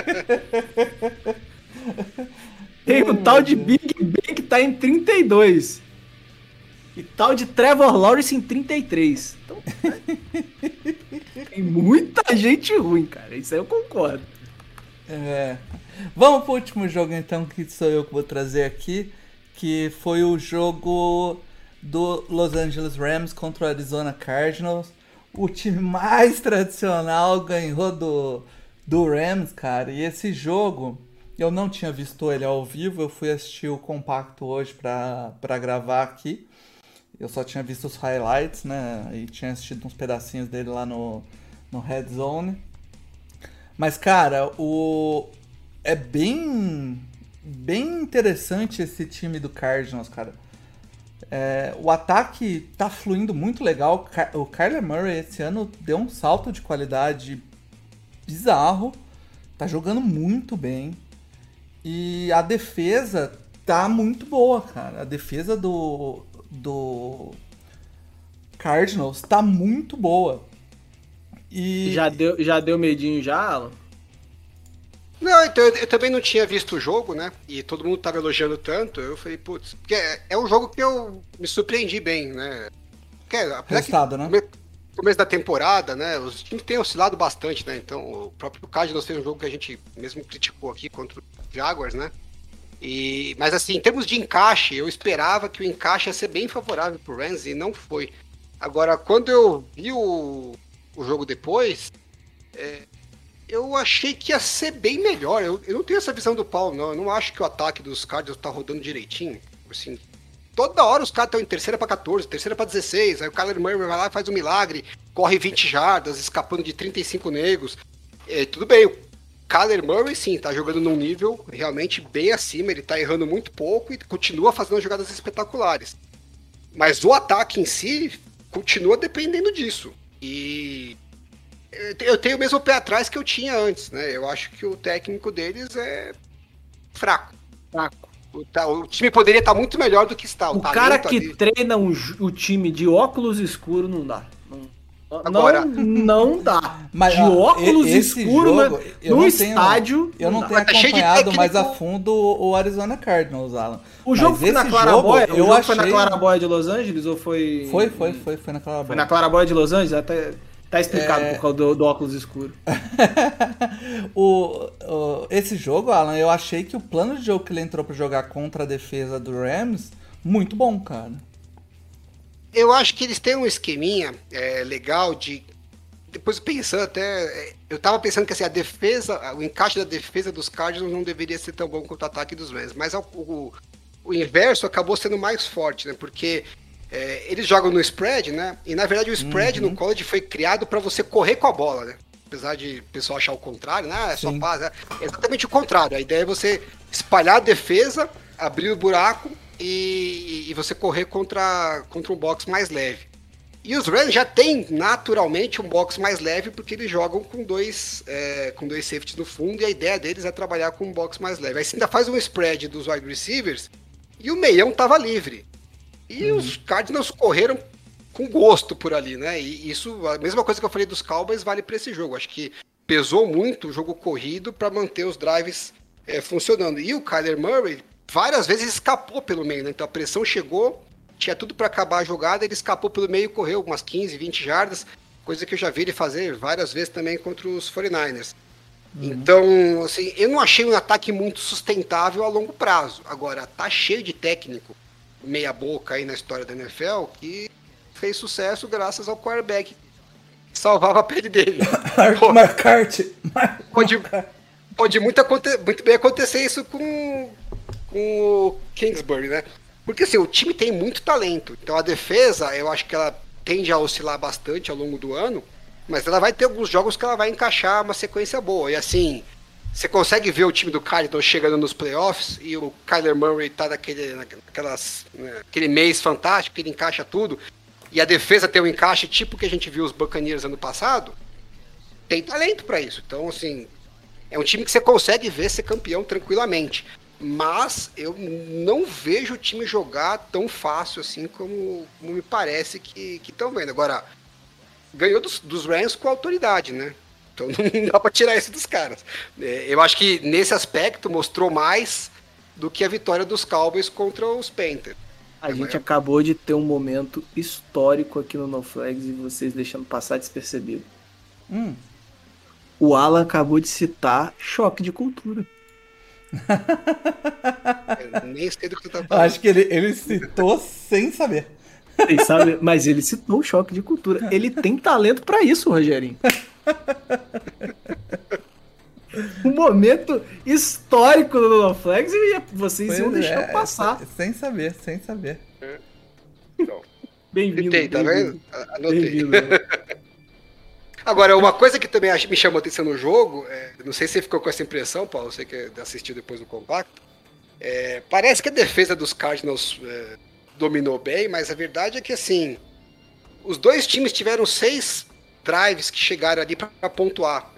Tem um tal de Big Ben que tá em 32. E tal de Trevor Lawrence em 33. Então, tem muita gente ruim, cara. Isso aí eu concordo. Vamos pro último jogo, então, que sou eu que vou trazer aqui. Que foi o jogo do Los Angeles Rams contra o Arizona Cardinals. O time mais tradicional ganhou do Rams, cara. E esse jogo, eu não tinha visto ele ao vivo. Eu fui assistir o compacto hoje pra gravar aqui. Eu só tinha visto os highlights, né? E tinha assistido uns pedacinhos dele lá no Red Zone. Mas, cara, é bem interessante esse time do Cardinals, cara. O ataque tá fluindo muito legal. O Kyler Murray esse ano deu um salto de qualidade bizarro. Tá jogando muito bem. E a defesa tá muito boa, cara. A defesa do Cardinals tá muito boa. E Já deu medinho já, Alan? Não, então eu também não tinha visto o jogo, né? E todo mundo tava elogiando tanto. Eu falei, putz, porque é um jogo que eu me surpreendi bem, né? Porque, apesar Resultado, né? Começo da temporada, né? Os times têm oscilado bastante, né? Então, o próprio Cardinals fez um jogo que a gente mesmo criticou aqui contra o Jaguars, né? Mas assim, em termos de encaixe, eu esperava que o encaixe ia ser bem favorável pro Rams e não foi. Agora, quando eu vi o jogo depois, eu achei que ia ser bem melhor. Eu não tenho essa visão do Paulo, não. Eu não acho que o ataque dos Cardinals tá rodando direitinho. Assim, toda hora os caras estão em terceira pra 14, terceira pra 16. Aí o Kyler Murray vai lá e faz um milagre, corre 20 jardas, escapando de 35 negros. Tudo bem, o Kyler Murray, sim, tá jogando num nível realmente bem acima. Ele tá errando muito pouco e continua fazendo jogadas espetaculares. Mas o ataque em si continua dependendo disso. E eu tenho o mesmo pé atrás que eu tinha antes, né? Eu acho que o técnico deles é fraco. O time poderia estar muito melhor do que está. O cara que ali treina o time de óculos escuros não dá. Agora, não dá. Mas, de óculos escuros no estádio. Eu não tenho acompanhado mais a fundo o Arizona Cardinals, Alan. O jogo foi na Claraboia? Foi na Claraboia de Los Angeles ou foi... Foi na Claraboia. Foi na Claraboia de Los Angeles? Até tá explicado por causa do óculos escuro. Esse jogo, Alan, eu achei que o plano de jogo que ele entrou pra jogar contra a defesa do Rams, muito bom, cara. Eu acho que eles têm um esqueminha legal de... Depois pensando até... Eu tava pensando que assim, a defesa, o encaixe da defesa dos Cardinals não deveria ser tão bom quanto o ataque dos Rams. Mas o inverso acabou sendo mais forte, né? Porque eles jogam no spread, né? E na verdade o spread no college foi criado para você correr com a bola, né? Apesar de o pessoal achar o contrário, né? É só paz, é exatamente o contrário. A ideia é você espalhar a defesa, abrir o buraco e você correr contra um box mais leve. E os Rams já têm naturalmente um box mais leve porque eles jogam com dois safeties no fundo e a ideia deles é trabalhar com um box mais leve. Aí você ainda faz um spread dos wide receivers e o meião tava livre. E os Cardinals correram com gosto por ali, né? E isso, a mesma coisa que eu falei dos Cowboys, vale para esse jogo. Acho que pesou muito o jogo corrido para manter os drives funcionando. E o Kyler Murray várias vezes escapou pelo meio, né? Então a pressão chegou, tinha tudo para acabar a jogada, ele escapou pelo meio e correu umas 15, 20 jardas, coisa que eu já vi ele fazer várias vezes também contra os 49ers. Então, assim, eu não achei um ataque muito sustentável a longo prazo. Agora, tá cheio de técnico meia boca aí na história da NFL que fez sucesso graças ao quarterback que salvava a pele dele. McCarthy. Pode muito bem acontecer isso com o Kingsbury, né? Porque assim, o time tem muito talento. Então a defesa, eu acho que ela tende a oscilar bastante ao longo do ano, mas ela vai ter alguns jogos que ela vai encaixar uma sequência boa. E assim, você consegue ver o time do Cardinals chegando nos playoffs e o Kyler Murray tá aquele mês fantástico, que ele encaixa tudo, e a defesa tem um encaixe tipo que a gente viu os Buccaneers ano passado, tem talento para isso. Então, assim, é um time que você consegue ver ser campeão tranquilamente. Mas eu não vejo o time jogar tão fácil assim como me parece que estão vendo. Agora, ganhou dos Rams com autoridade, né? Então não dá pra tirar isso dos caras. Eu acho que nesse aspecto mostrou mais do que a vitória dos Cowboys contra os Panthers. A gente acabou de ter um momento histórico aqui no No Flags e vocês deixando passar despercebido. O Alan acabou de citar choque de cultura. Eu nem sei do que tu tá falando. Acho que ele citou sem saber. Sem saber, mas ele citou o choque de cultura. Ele tem talento pra isso, Rogerinho. Um momento histórico do No Flags e vocês iam deixar passar. Sem saber. Então, Bem-vindo. Tá vendo? Anotei. Bem-vindo. Agora, uma coisa que também me chamou a atenção no jogo, não sei se você ficou com essa impressão, Paulo, você que assistiu depois do compacto, parece que a defesa dos Cardinals dominou bem, mas a verdade é que, assim, os dois times tiveram 6 drives que chegaram ali para pontuar.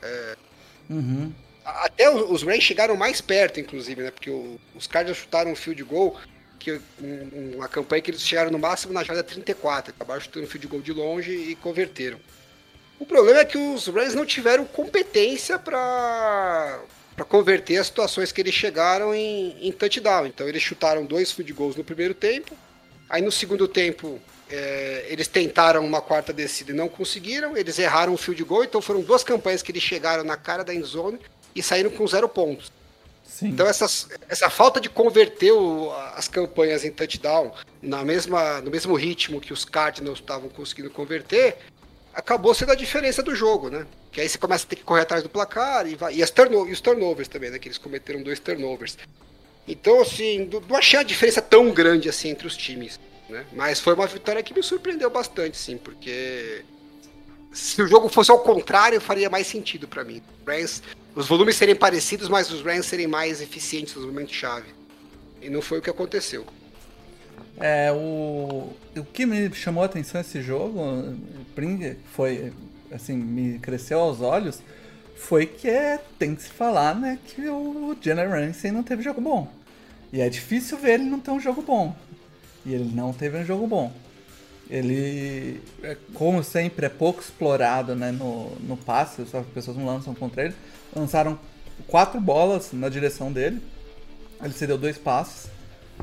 Até os Rams chegaram mais perto, inclusive, né? Porque os Cardinals chutaram um field goal, que uma campanha que eles chegaram no máximo na jogada 34, acabaram chutando um field goal de longe e converteram. O problema é que os Rams não tiveram competência para converter as situações que eles chegaram em touchdown. Então eles chutaram 2 field goals no primeiro tempo, aí no segundo tempo eles tentaram uma quarta descida e não conseguiram, eles erraram o field goal, então foram 2 campanhas que eles chegaram na cara da endzone e saíram com 0 pontos. Sim. Então essa falta de converter as campanhas em touchdown no mesmo ritmo que os Cardinals estavam conseguindo converter, acabou sendo a diferença do jogo, né? Que aí você começa a ter que correr atrás do placar e os turnovers também, né? Que eles cometeram 2 turnovers. Então, assim, não achei a diferença tão grande assim entre os times, né? Mas foi uma vitória que me surpreendeu bastante, sim, porque se o jogo fosse ao contrário, faria mais sentido pra mim. Os volumes serem parecidos, mas os Rams serem mais eficientes nos momentos-chave. E não foi o que aconteceu. O que me chamou a atenção esse jogo, foi, assim, me cresceu aos olhos, foi que tem que se falar, né, que o Jalen Ramsey não teve jogo bom. E é difícil ver ele não ter um jogo bom. E ele não teve um jogo bom. Ele, como sempre, é pouco explorado, né, no passe, as pessoas não lançam contra ele. Lançaram 4 bolas na direção dele. Ele cedeu 2 passes.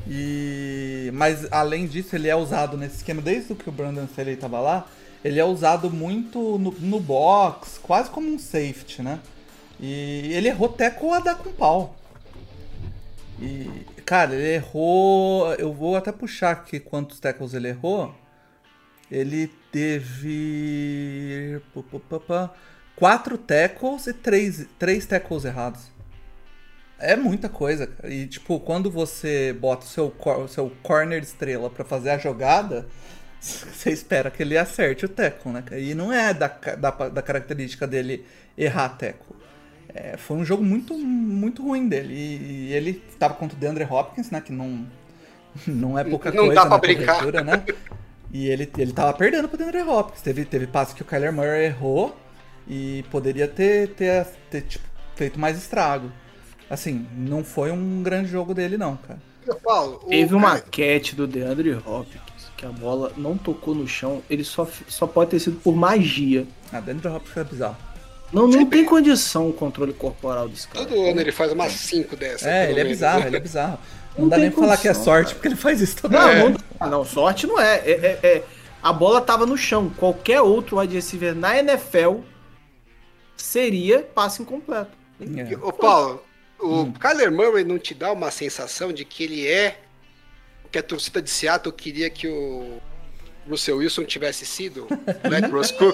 Mas além disso, ele é usado nesse esquema, desde que o Brandon Staley estava lá, ele é usado muito no box, quase como um safety, né? E ele errou tackle a dar com pau. E, cara, ele errou... Eu vou até puxar aqui quantos tackles ele errou. Ele teve... 4 tackles e 3 tackles errados. É muita coisa, cara. E, tipo, quando você bota o seu corner estrela pra fazer a jogada, você espera que ele acerte o tackle, né? E não é da característica dele errar tackle. Foi um jogo muito, muito ruim dele. E ele tava contra o DeAndre Hopkins, né? Que não é pouca não coisa dá pra na brincar. cobertura, né? E ele tava perdendo pro DeAndre Hopkins. Teve passe que o Kyler Murray errou e poderia ter tipo, feito mais estrago. Assim, não foi um grande jogo dele, não, cara. Paulo, Teve uma catch do DeAndre Hopkins, que a bola não tocou no chão, ele só pode ter sido por magia. DeAndre Hopkins é bizarro. Não tem condição o controle corporal desse cara. Todo ano ele faz umas 5 dessas. Ele é bizarro, ele é bizarro. Não dá nem pra falar que é sorte, porque ele faz isso também. Não, sorte não é. A bola tava no chão. Qualquer outro wide receiver na NFL seria passe incompleto. Ô Paulo, o Kyler Murray não te dá uma sensação de que ele que a torcida de Seattle queria que o Russell Wilson tivesse sido Black Rose Cook?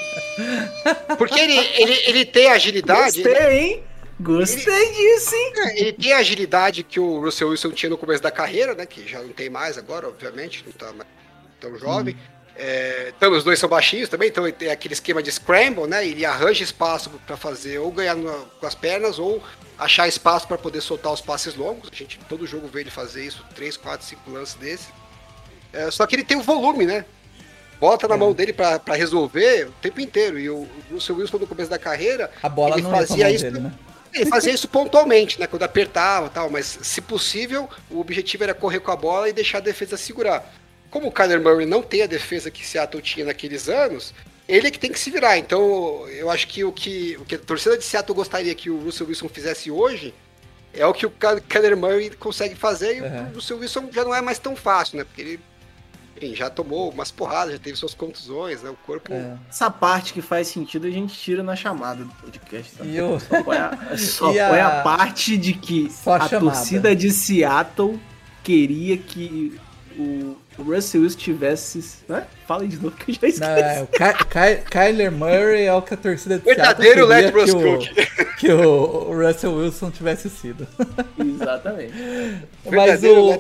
Porque ele tem agilidade. Gostei, hein? Gostei disso, hein? Ele tem a agilidade que o Russell Wilson tinha no começo da carreira, né? Que já não tem mais agora, obviamente, não tá mais tão jovem. Então os dois são baixinhos também, então ele tem aquele esquema de scramble, né? Ele arranja espaço para fazer ou ganhar com as pernas ou achar espaço para poder soltar os passes longos. A gente todo jogo vê ele fazer isso, 3, 4, 5 lances desse. Só que ele tem o volume, né? Bota na mão dele para resolver o tempo inteiro. E o Russell Wilson no começo da carreira, a bola ele não fazia isso. Dele, né? Ele fazia isso pontualmente, né? Quando apertava e tal, mas se possível, o objetivo era correr com a bola e deixar a defesa segurar. Como o Kyler Murray não tem a defesa que Seattle tinha naqueles anos, ele é que tem que se virar. Então, eu acho que o que a torcida de Seattle gostaria que o Russell Wilson fizesse hoje é o que o Kyler Murray consegue fazer, e o Russell Wilson já não é mais tão fácil, né? Porque ele, enfim, já tomou umas porradas, já teve suas contusões, né? O corpo... Essa parte que faz sentido a gente tira na chamada do podcast. Tá? Só põe foi a parte de que a torcida de Seattle queria que o Russell Wilson tivesse... Né? Fala de novo que eu já esqueci. Kyler Murray é o que a torcida de verdadeiro Seattle queria que o Russell Wilson tivesse sido. Exatamente. Mas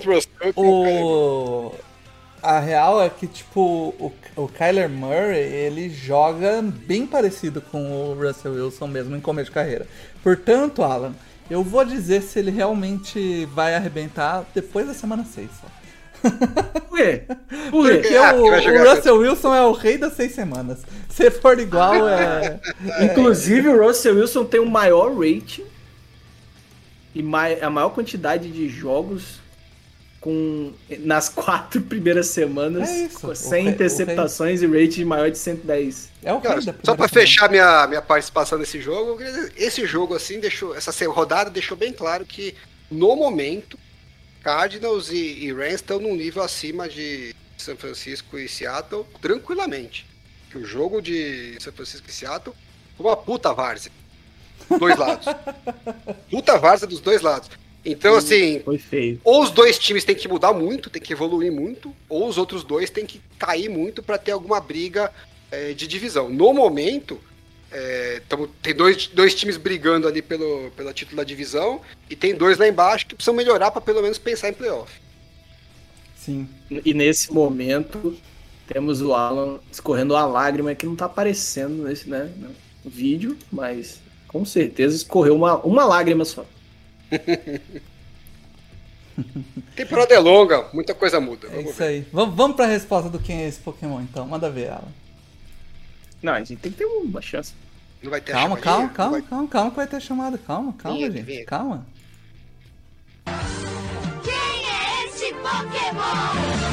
a real é que, tipo, o Kyler Murray, ele joga bem parecido com o Russell Wilson mesmo em começo de carreira. Portanto, Alan, eu vou dizer se ele realmente vai arrebentar depois da semana 6 só. Por quê? Porque o Russell Wilson é o rei das 6 semanas. Se for igual, Inclusive, o Russell Wilson tem o maior rating e a maior quantidade de jogos nas 4 primeiras semanas, sem interceptações e rating maior de 110. Só pra fechar minha participação nesse jogo, esse jogo assim essa rodada deixou bem claro que no momento Cardinals e Rams estão num nível acima de São Francisco e Seattle tranquilamente. Que o jogo de São Francisco e Seattle foi uma puta várzea. Dois lados. Puta várzea dos dois lados. Então, assim, foi feio. Ou os dois times têm que mudar muito, têm que evoluir muito, ou os outros dois têm que cair muito para ter alguma briga de divisão. No momento, tem dois times brigando ali pelo título da divisão, e tem 2 lá embaixo que precisam melhorar para pelo menos pensar em playoff. Sim. E nesse momento, temos o Alan escorrendo uma lágrima que não tá aparecendo nesse no vídeo, mas com certeza escorreu uma lágrima só. Temporada é longa, muita coisa muda. É isso aí. Vamos pra resposta do quem é esse Pokémon, então. Manda ver ela. Não, a gente tem que ter uma chance. Não vai ter a Calma, chamadinha? calma, Não vai- calma que vai ter chamada. Calma, Vinheta, gente. vinheta. Calma. Quem é esse Pokémon?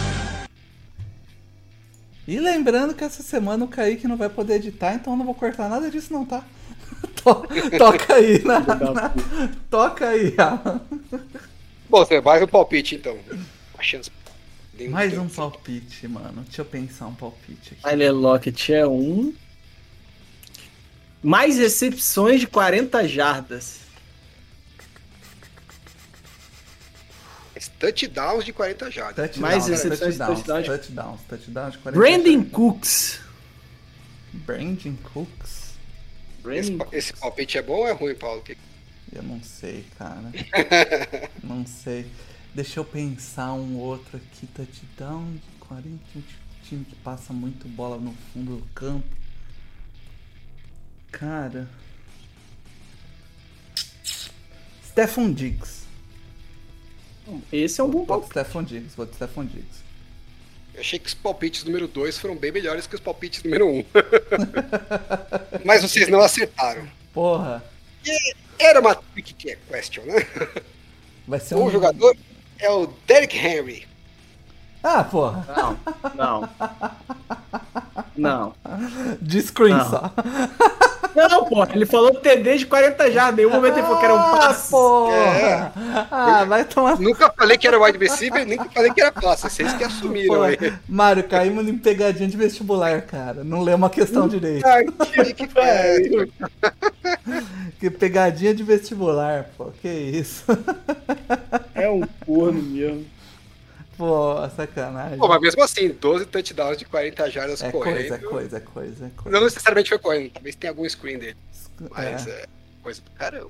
E lembrando que essa semana o Kaique não vai poder editar, então eu não vou cortar nada disso não, tá? Toca aí, toca aí, Alan. Bom, você mais um palpite, então. Uma chance. Mais um palpite, mano. Deixa eu pensar um palpite aqui. Tyler Lockett é um. Mais recepções de 40 jardas. Touchdowns de 40 jardas. Mais recepções de touchdowns de 40 Brandon jardas. Cooks. Brandon Cooks? Esse palpite é bom ou é ruim, Paulo? Eu não sei, cara. Não sei. Deixa eu pensar um outro aqui. Touchdown de 40. Um time que passa muito bola no fundo do campo. Cara. Stephon Diggs. Esse é um bom Vou de palpite. Stephon Diggs. Eu achei que os palpites número 2 foram bem melhores que os palpites número 1. Mas vocês não acertaram. Porra. Era uma trick question, né? Vai ser O jogador é o Derrick Henry. Ah, porra. Não. De screen Não. só. Não, pô. Ele falou TD de 40 jardas. Em nenhum momento ele falou que era um passe. Porra. Vai tomar. Nunca falei que era wide receiver, nunca falei que era passe. Vocês que assumiram Porra. aí. Mário, caímos em pegadinha de vestibular, cara. Não leu uma questão direito. Que pariu. Que pegadinha de vestibular, pô. Que isso. É um corno mesmo. Pô, sacanagem. Pô, mas mesmo assim, 12 touchdowns de 40 jardas É correndo. coisa. Não necessariamente foi correndo, talvez tenha algum screen dele. Mas É. é coisa do caramba.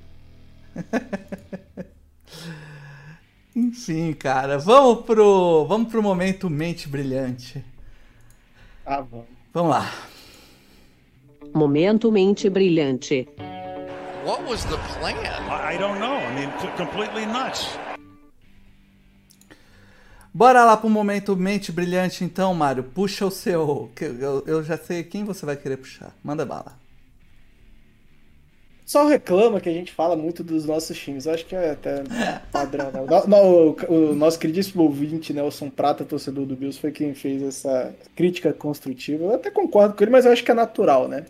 Enfim, cara. Vamos pro momento mente brilhante. Ah, vamos. Vamos lá. Momento mente brilhante. What was the plan? I don't know. I mean, completely nuts. Bora lá pro momento mente brilhante então, Mário. Puxa o seu. Eu já sei quem você vai querer puxar. Manda bala. Só reclama que a gente fala muito dos nossos times. Eu acho que é até padrão, né? O nosso queridíssimo ouvinte, Nelson Prata, torcedor do Bills, foi quem fez essa crítica construtiva. Eu até concordo com ele, mas eu acho que é natural, né?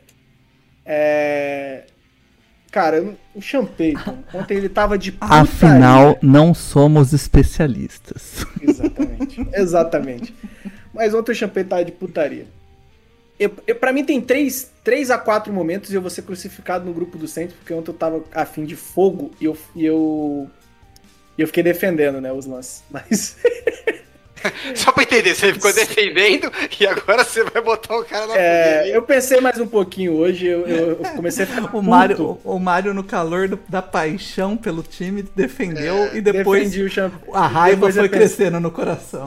Cara, o Sean Payton, ontem ele tava de putaria. Afinal, não somos especialistas. Exatamente. Mas ontem o Sean Payton tava de putaria. Pra mim tem 3 a 4 momentos e eu vou ser crucificado no grupo do Saints, porque ontem eu tava afim de fogo e eu fiquei defendendo, né, os lances. Mas... Só pra entender, você ficou defendendo e agora você vai botar o cara na fogueira. eu pensei mais um pouquinho hoje, eu comecei a ficar puto. O Mário, no calor da paixão pelo time, defendeu e depois Defendi o Sean... a raiva depois eu foi pensei- crescendo no coração.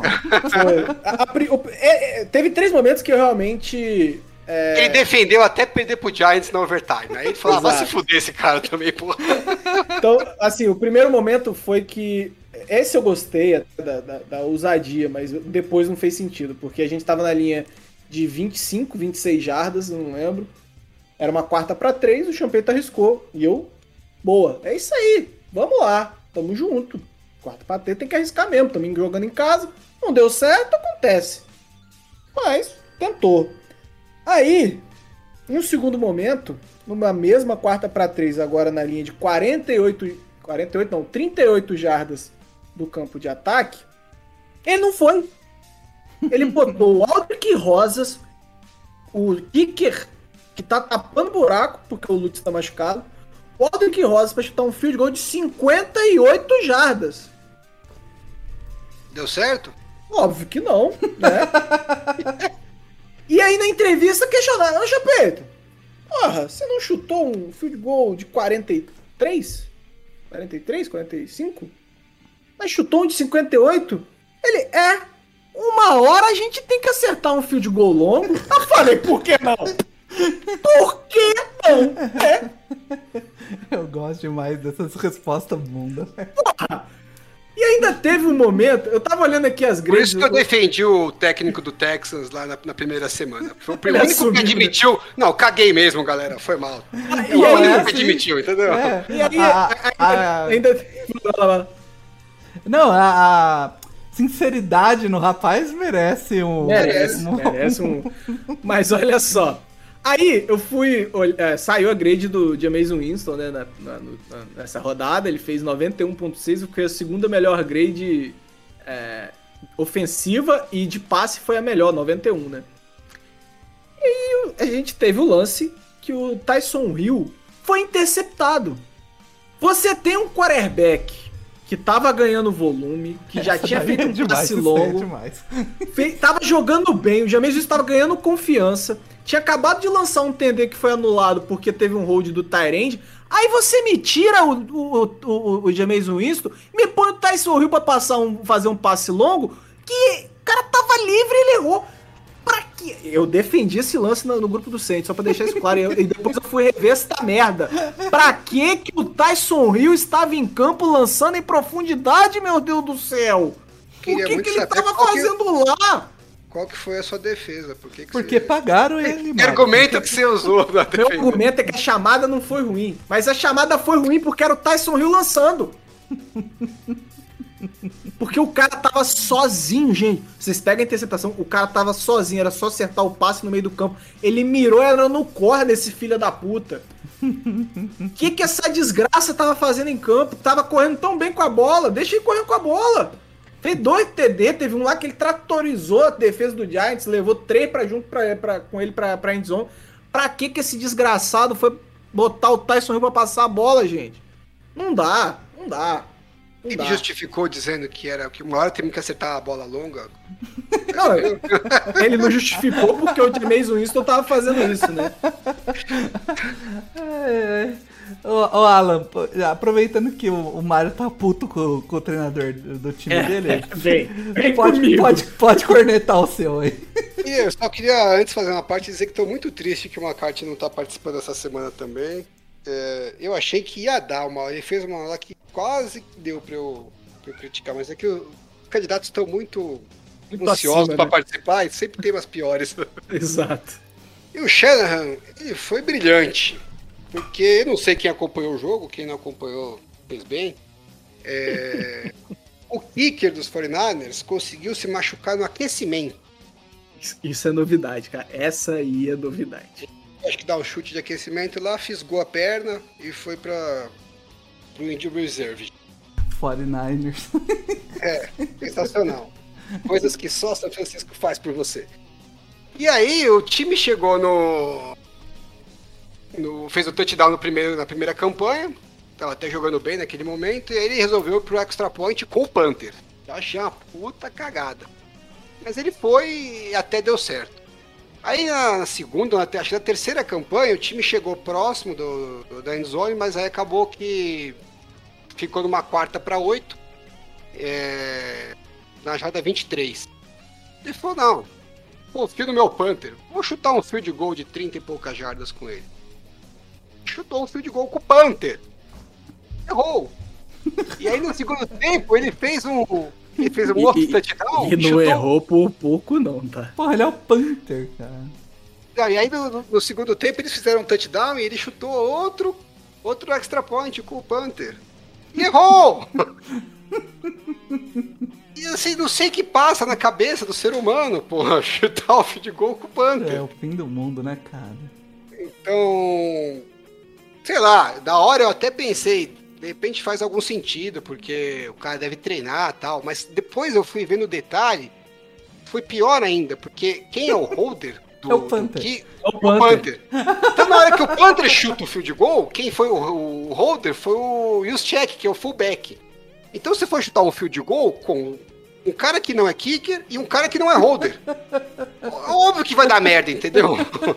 Teve 3 momentos que eu realmente... Ele defendeu até perder pro Giants na overtime. Aí ele falou, vai se Exato. fuder esse cara também, porra. Então, assim, o primeiro momento foi que... Esse eu gostei da ousadia, mas depois não fez sentido, porque a gente tava na linha de 25, 26 jardas, não lembro. Era uma 4-3, o Sean Payton arriscou. E eu, boa, é isso aí, vamos lá, tamo junto. 4-3 tem que arriscar mesmo, tamo jogando em casa, não deu certo, acontece. Mas, tentou. Aí, em um segundo momento, numa mesma 4-3, agora na linha de 38 jardas do campo de ataque, ele não foi. Ele botou o Aldrich Rosas, o kicker, que tá tapando buraco, porque o Lutz tá machucado, o Aldrich Rosas pra chutar um field goal de 58 jardas. Deu certo? Óbvio que não, né? E aí na entrevista questionaram, ô Chapeto, porra, você não chutou um field goal de 43? 45? Mas chutou um de 58? Ele, uma hora a gente tem que acertar um field goal longo. Eu falei, por que não? Por que não? Eu gosto demais dessas respostas bunda. E aí ainda teve um momento, eu tava olhando aqui as Por grades. isso que eu defendi o técnico do Texans lá na primeira semana. Foi o Ele único assumiu, que admitiu. Não, caguei mesmo, galera. Foi mal. E É o aí, único que admitiu, entendeu? E aí, ainda. Não, a sinceridade no rapaz merece um... Merece um. Mas olha só. Aí eu fui. Saiu a grade do Jameson Winston, né? Nessa rodada. Ele fez 91,6, que foi a segunda melhor grade ofensiva, e de passe foi a melhor, 91, né? E a gente teve o lance que o Tyson Hill foi interceptado. Você tem um quarterback que tava ganhando volume, que já tinha feito um passe longo, tava jogando bem, o Jameson estava ganhando confiança, tinha acabado de lançar um TD que foi anulado porque teve um hold do Tyrande. Aí você me tira o Jameson Winston, me põe o Tyson Hill pra fazer um passe longo, que o cara tava livre e ele errou. Pra quê? Eu defendi esse lance no grupo do Saints, só pra deixar isso claro, e depois eu fui rever essa merda. Pra que o Tyson Hill estava em campo lançando em profundidade, meu Deus do céu? O que ele tava fazendo lá? Qual que foi a sua defesa? Porque pagaram ele, Que argumento que você usou na defesa? Meu argumento é que a chamada não foi ruim, mas a chamada foi ruim porque era o Tyson Hill lançando. Porque o cara tava sozinho, gente. Vocês pegam a interceptação, o cara tava sozinho, era só acertar o passe no meio do campo. Ele mirou, era no corner desse filho da puta. O que essa desgraça tava fazendo em campo? Tava correndo tão bem com a bola, deixa ele correr com a bola. Fez 2 TD, teve um lá que ele tratorizou a defesa do Giants, levou 3 com ele pra endzone. Pra que esse desgraçado foi botar o Tyson Hill pra passar a bola, gente? Não dá. Ele justificou dizendo que uma hora temos que acertar a bola longa. Não, ele não justificou porque o Jameson Winston tava fazendo isso, né? Ô Alan, aproveitando que o Mário tá puto com o treinador do time dele, vem pode cornetar o seu aí. E eu só queria, antes, fazer uma parte e dizer que tô muito triste que o McCarthy não tá participando essa semana também. Eu achei que ia dar uma aula, ele fez uma aula que quase deu pra eu criticar, mas é que os candidatos estão muito ansiosos para participar e sempre tem umas piores. Exato. E o Shanahan, ele foi brilhante, porque eu não sei quem acompanhou o jogo, quem não acompanhou fez bem. O kicker dos 49ers conseguiu se machucar no aquecimento. Isso é novidade, cara. Essa aí é novidade. Acho que dá um chute de aquecimento lá, fisgou a perna e foi pro Injury Reserve. 49ers. Sensacional. Coisas que só São Francisco faz por você. E aí o time chegou fez o touchdown na primeira campanha, tava até jogando bem naquele momento, e aí ele resolveu pro extra point com o Panther. Eu achei uma puta cagada. Mas ele foi e até deu certo. Aí na segunda, acho que na terceira campanha, o time chegou próximo da endzone, mas aí acabou que ficou numa 4ª-8, na jarda 23. Ele falou, não, confio no meu Panther, vou chutar um field goal de 30 e poucas jardas com ele. Chutou um field goal com o Panther. Errou. E aí no segundo tempo ele fez um outro touchdown. E não errou por pouco não, tá? Porra, ele é o Panther, cara. E aí no segundo tempo eles fizeram um touchdown e ele chutou outro extra point com o Panther. E errou! E assim, não sei o que passa na cabeça do ser humano, porra, chutar o field goal com o Panther. É o fim do mundo, né, cara? Então, sei lá, da hora eu até pensei, de repente faz algum sentido, porque o cara deve treinar e tal, mas depois eu fui vendo o detalhe, foi pior ainda, porque quem é o holder é o Panther. É o Panther. Então na hora que o Panther chuta o field goal, quem foi o holder foi o Juszczyk, que é o fullback. Então você foi chutar um field goal com um cara que não é kicker e um cara que não é holder. Óbvio que vai dar merda, entendeu?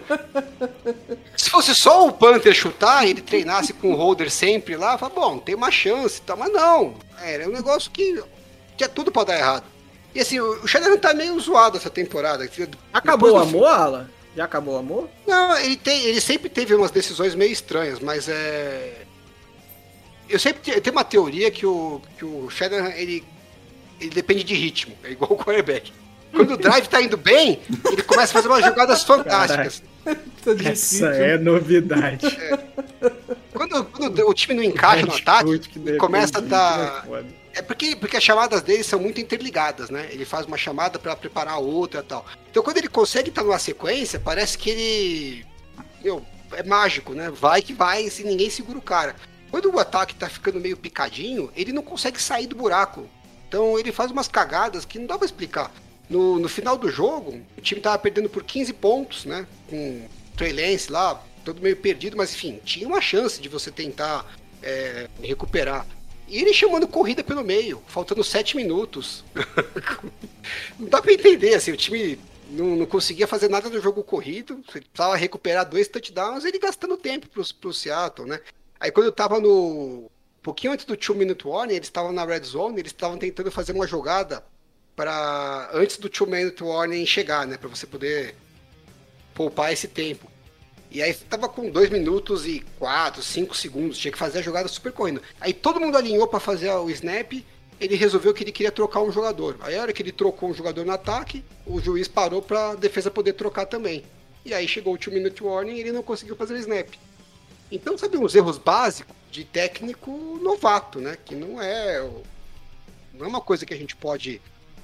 Se fosse só o Panther chutar e ele treinasse com o holder sempre lá, fala, bom, tem uma chance, tá? Mas não. É um negócio que é tudo pra dar errado. E assim, o Shanahan tá meio zoado essa temporada. Acabou o amor, Alan? Já acabou o amor? Não, ele sempre teve umas decisões meio estranhas, mas eu sempre tenho uma teoria que o Shanahan, ele ele depende de ritmo, é igual o quarterback. Quando o drive tá indo bem, ele começa a fazer umas jogadas fantásticas. Essa é novidade. Quando o time não encaixa no ataque, começa a dar... É porque as chamadas dele são muito interligadas, né? Ele faz uma chamada pra preparar a outra e tal. Então quando ele consegue estar numa sequência, parece que ele... é mágico, né? Vai que vai, se ninguém segura o cara. Quando o ataque tá ficando meio picadinho, ele não consegue sair do buraco. Então ele faz umas cagadas que não dá pra explicar. No final do jogo, o time tava perdendo por 15 pontos, né? Com o Trey Lance lá, todo meio perdido, mas enfim, tinha uma chance de você tentar recuperar. E ele chamando corrida pelo meio, faltando 7 minutos. Não dá pra entender, assim, o time não conseguia fazer nada no jogo corrido, precisava recuperar 2 touchdowns, ele gastando tempo pro Seattle, né? Aí quando eu tava um pouquinho antes do 2-minute warning, eles estavam na red zone, eles estavam tentando fazer uma jogada antes do 2-minute warning chegar, né? Pra você poder poupar esse tempo. E aí tava com 2 minutos e 4, 5 segundos, tinha que fazer a jogada super correndo. Aí todo mundo alinhou pra fazer o snap, ele resolveu que ele queria trocar um jogador. Aí a hora que ele trocou um jogador no ataque, o juiz parou pra defesa poder trocar também. E aí chegou o 2-minute warning e ele não conseguiu fazer o snap. Então, sabe, uns erros básicos de técnico novato, né? Que não é uma coisa que a gente pode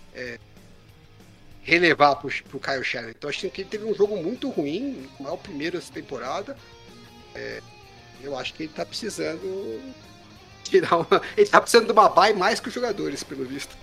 relevar pro Kyle Shanahan. Então, acho que ele teve um jogo muito ruim, não é o primeiro essa temporada. Eu acho que ele tá precisando ele tá precisando de uma bye mais que os jogadores, pelo visto.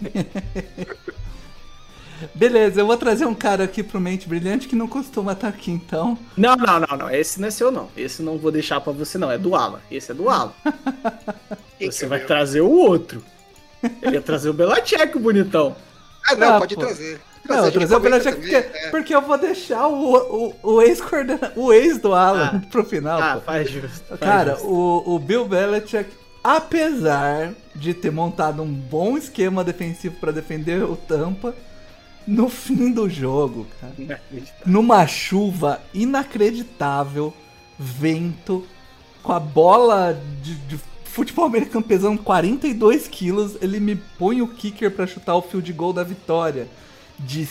Beleza, eu vou trazer um cara aqui pro Mente Brilhante que não costuma estar aqui, então. Não. Esse não é seu, não. Esse não vou deixar pra você, não. É do Alan. Esse é do Alan. Você vai trazer o outro. Ele ia trazer o Belichick, o bonitão. Ah, não, pode trazer. Não, trazer o Belichick porque eu vou deixar o ex do Alan pro final. Faz justo. Cara, o Bill Belichick, apesar de ter montado um bom esquema defensivo pra defender o Tampa, no fim do jogo, cara, numa chuva inacreditável, vento, com a bola de futebol americano pesando 42 quilos, ele me põe o kicker pra chutar o field goal da vitória de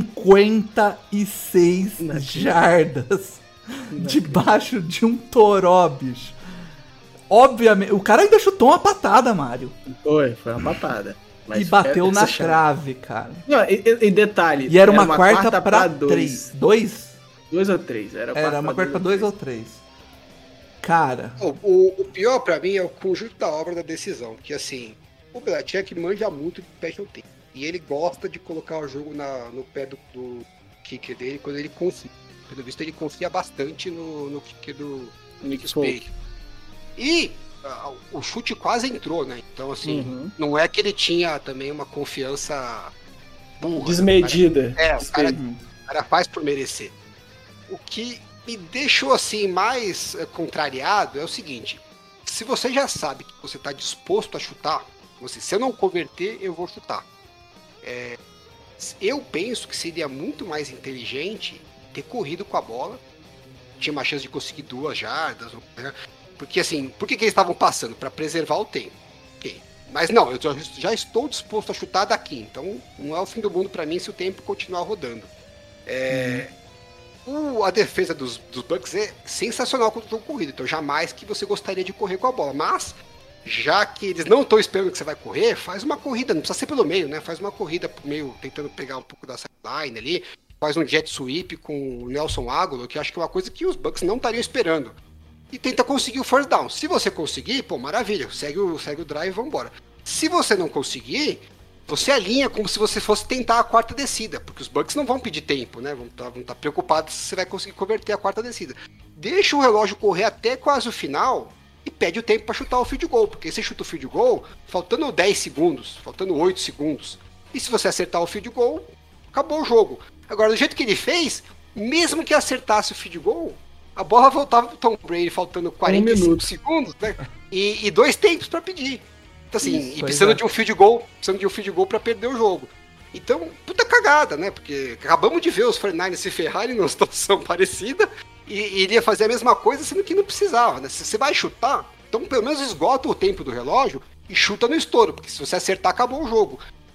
56 jardas debaixo de um toró, bicho. Obviamente, o cara ainda chutou uma patada, Mário. Foi uma patada. E bateu na trave, cara. Não, e detalhe. E era uma quarta pra 3. 2? 2 ou 3. Era uma quarta pra 2 ou 3. Cara. O pior pra mim é o conjunto da obra da decisão. Que assim, o Belichick manja muito de special team. E ele gosta de colocar o jogo no pé do kicker dele quando ele confia. Pelo visto, ele confia bastante no kicker do Nick Spade. E o chute quase entrou, né? Então, assim, não é que ele tinha também uma confiança burra, desmedida. O cara faz por merecer. O que me deixou, assim, mais contrariado é o seguinte: se você já sabe que você está disposto a chutar, se eu não converter, eu vou chutar. Eu penso que seria muito mais inteligente ter corrido com a bola, tinha uma chance de conseguir 2 jardas, né? Porque assim, por que eles estavam passando? Para preservar o tempo. Okay. Mas não, eu já estou disposto a chutar daqui, então não é o fim do mundo para mim se o tempo continuar rodando. A defesa dos Bucks é sensacional contra o jogo corrido, então jamais que você gostaria de correr com a bola, mas já que eles não estão esperando que você vai correr, faz uma corrida, não precisa ser pelo meio, né? Faz uma corrida pro meio, tentando pegar um pouco da sideline ali, faz um jet sweep com o Nelson Agholor, que eu acho que é uma coisa que os Bucks não estariam esperando. E tenta conseguir o first down. Se você conseguir, pô, maravilha, segue o drive e vambora. Se você não conseguir, você alinha como se você fosse tentar a quarta descida, porque os Bucks não vão pedir tempo, né? Vão estar preocupados se você vai conseguir converter a quarta descida. Deixa o relógio correr até quase o final e pede o tempo para chutar o field goal, porque você chuta o field goal faltando 10 segundos, faltando 8 segundos. E se você acertar o field goal, acabou o jogo. Agora, do jeito que ele fez, mesmo que acertasse o field goal, a bola voltava pro Tom Brady faltando 45 segundos, né? E 2 tempos para pedir. Então, assim, e precisando de um field goal para perder o jogo. Então, puta cagada, né? Porque acabamos de ver os 49ers se ferrarem numa situação parecida e iria fazer a mesma coisa, sendo que não precisava, né? Se você vai chutar, então pelo menos esgota o tempo do relógio e chuta no estouro, porque se você acertar, acabou o jogo.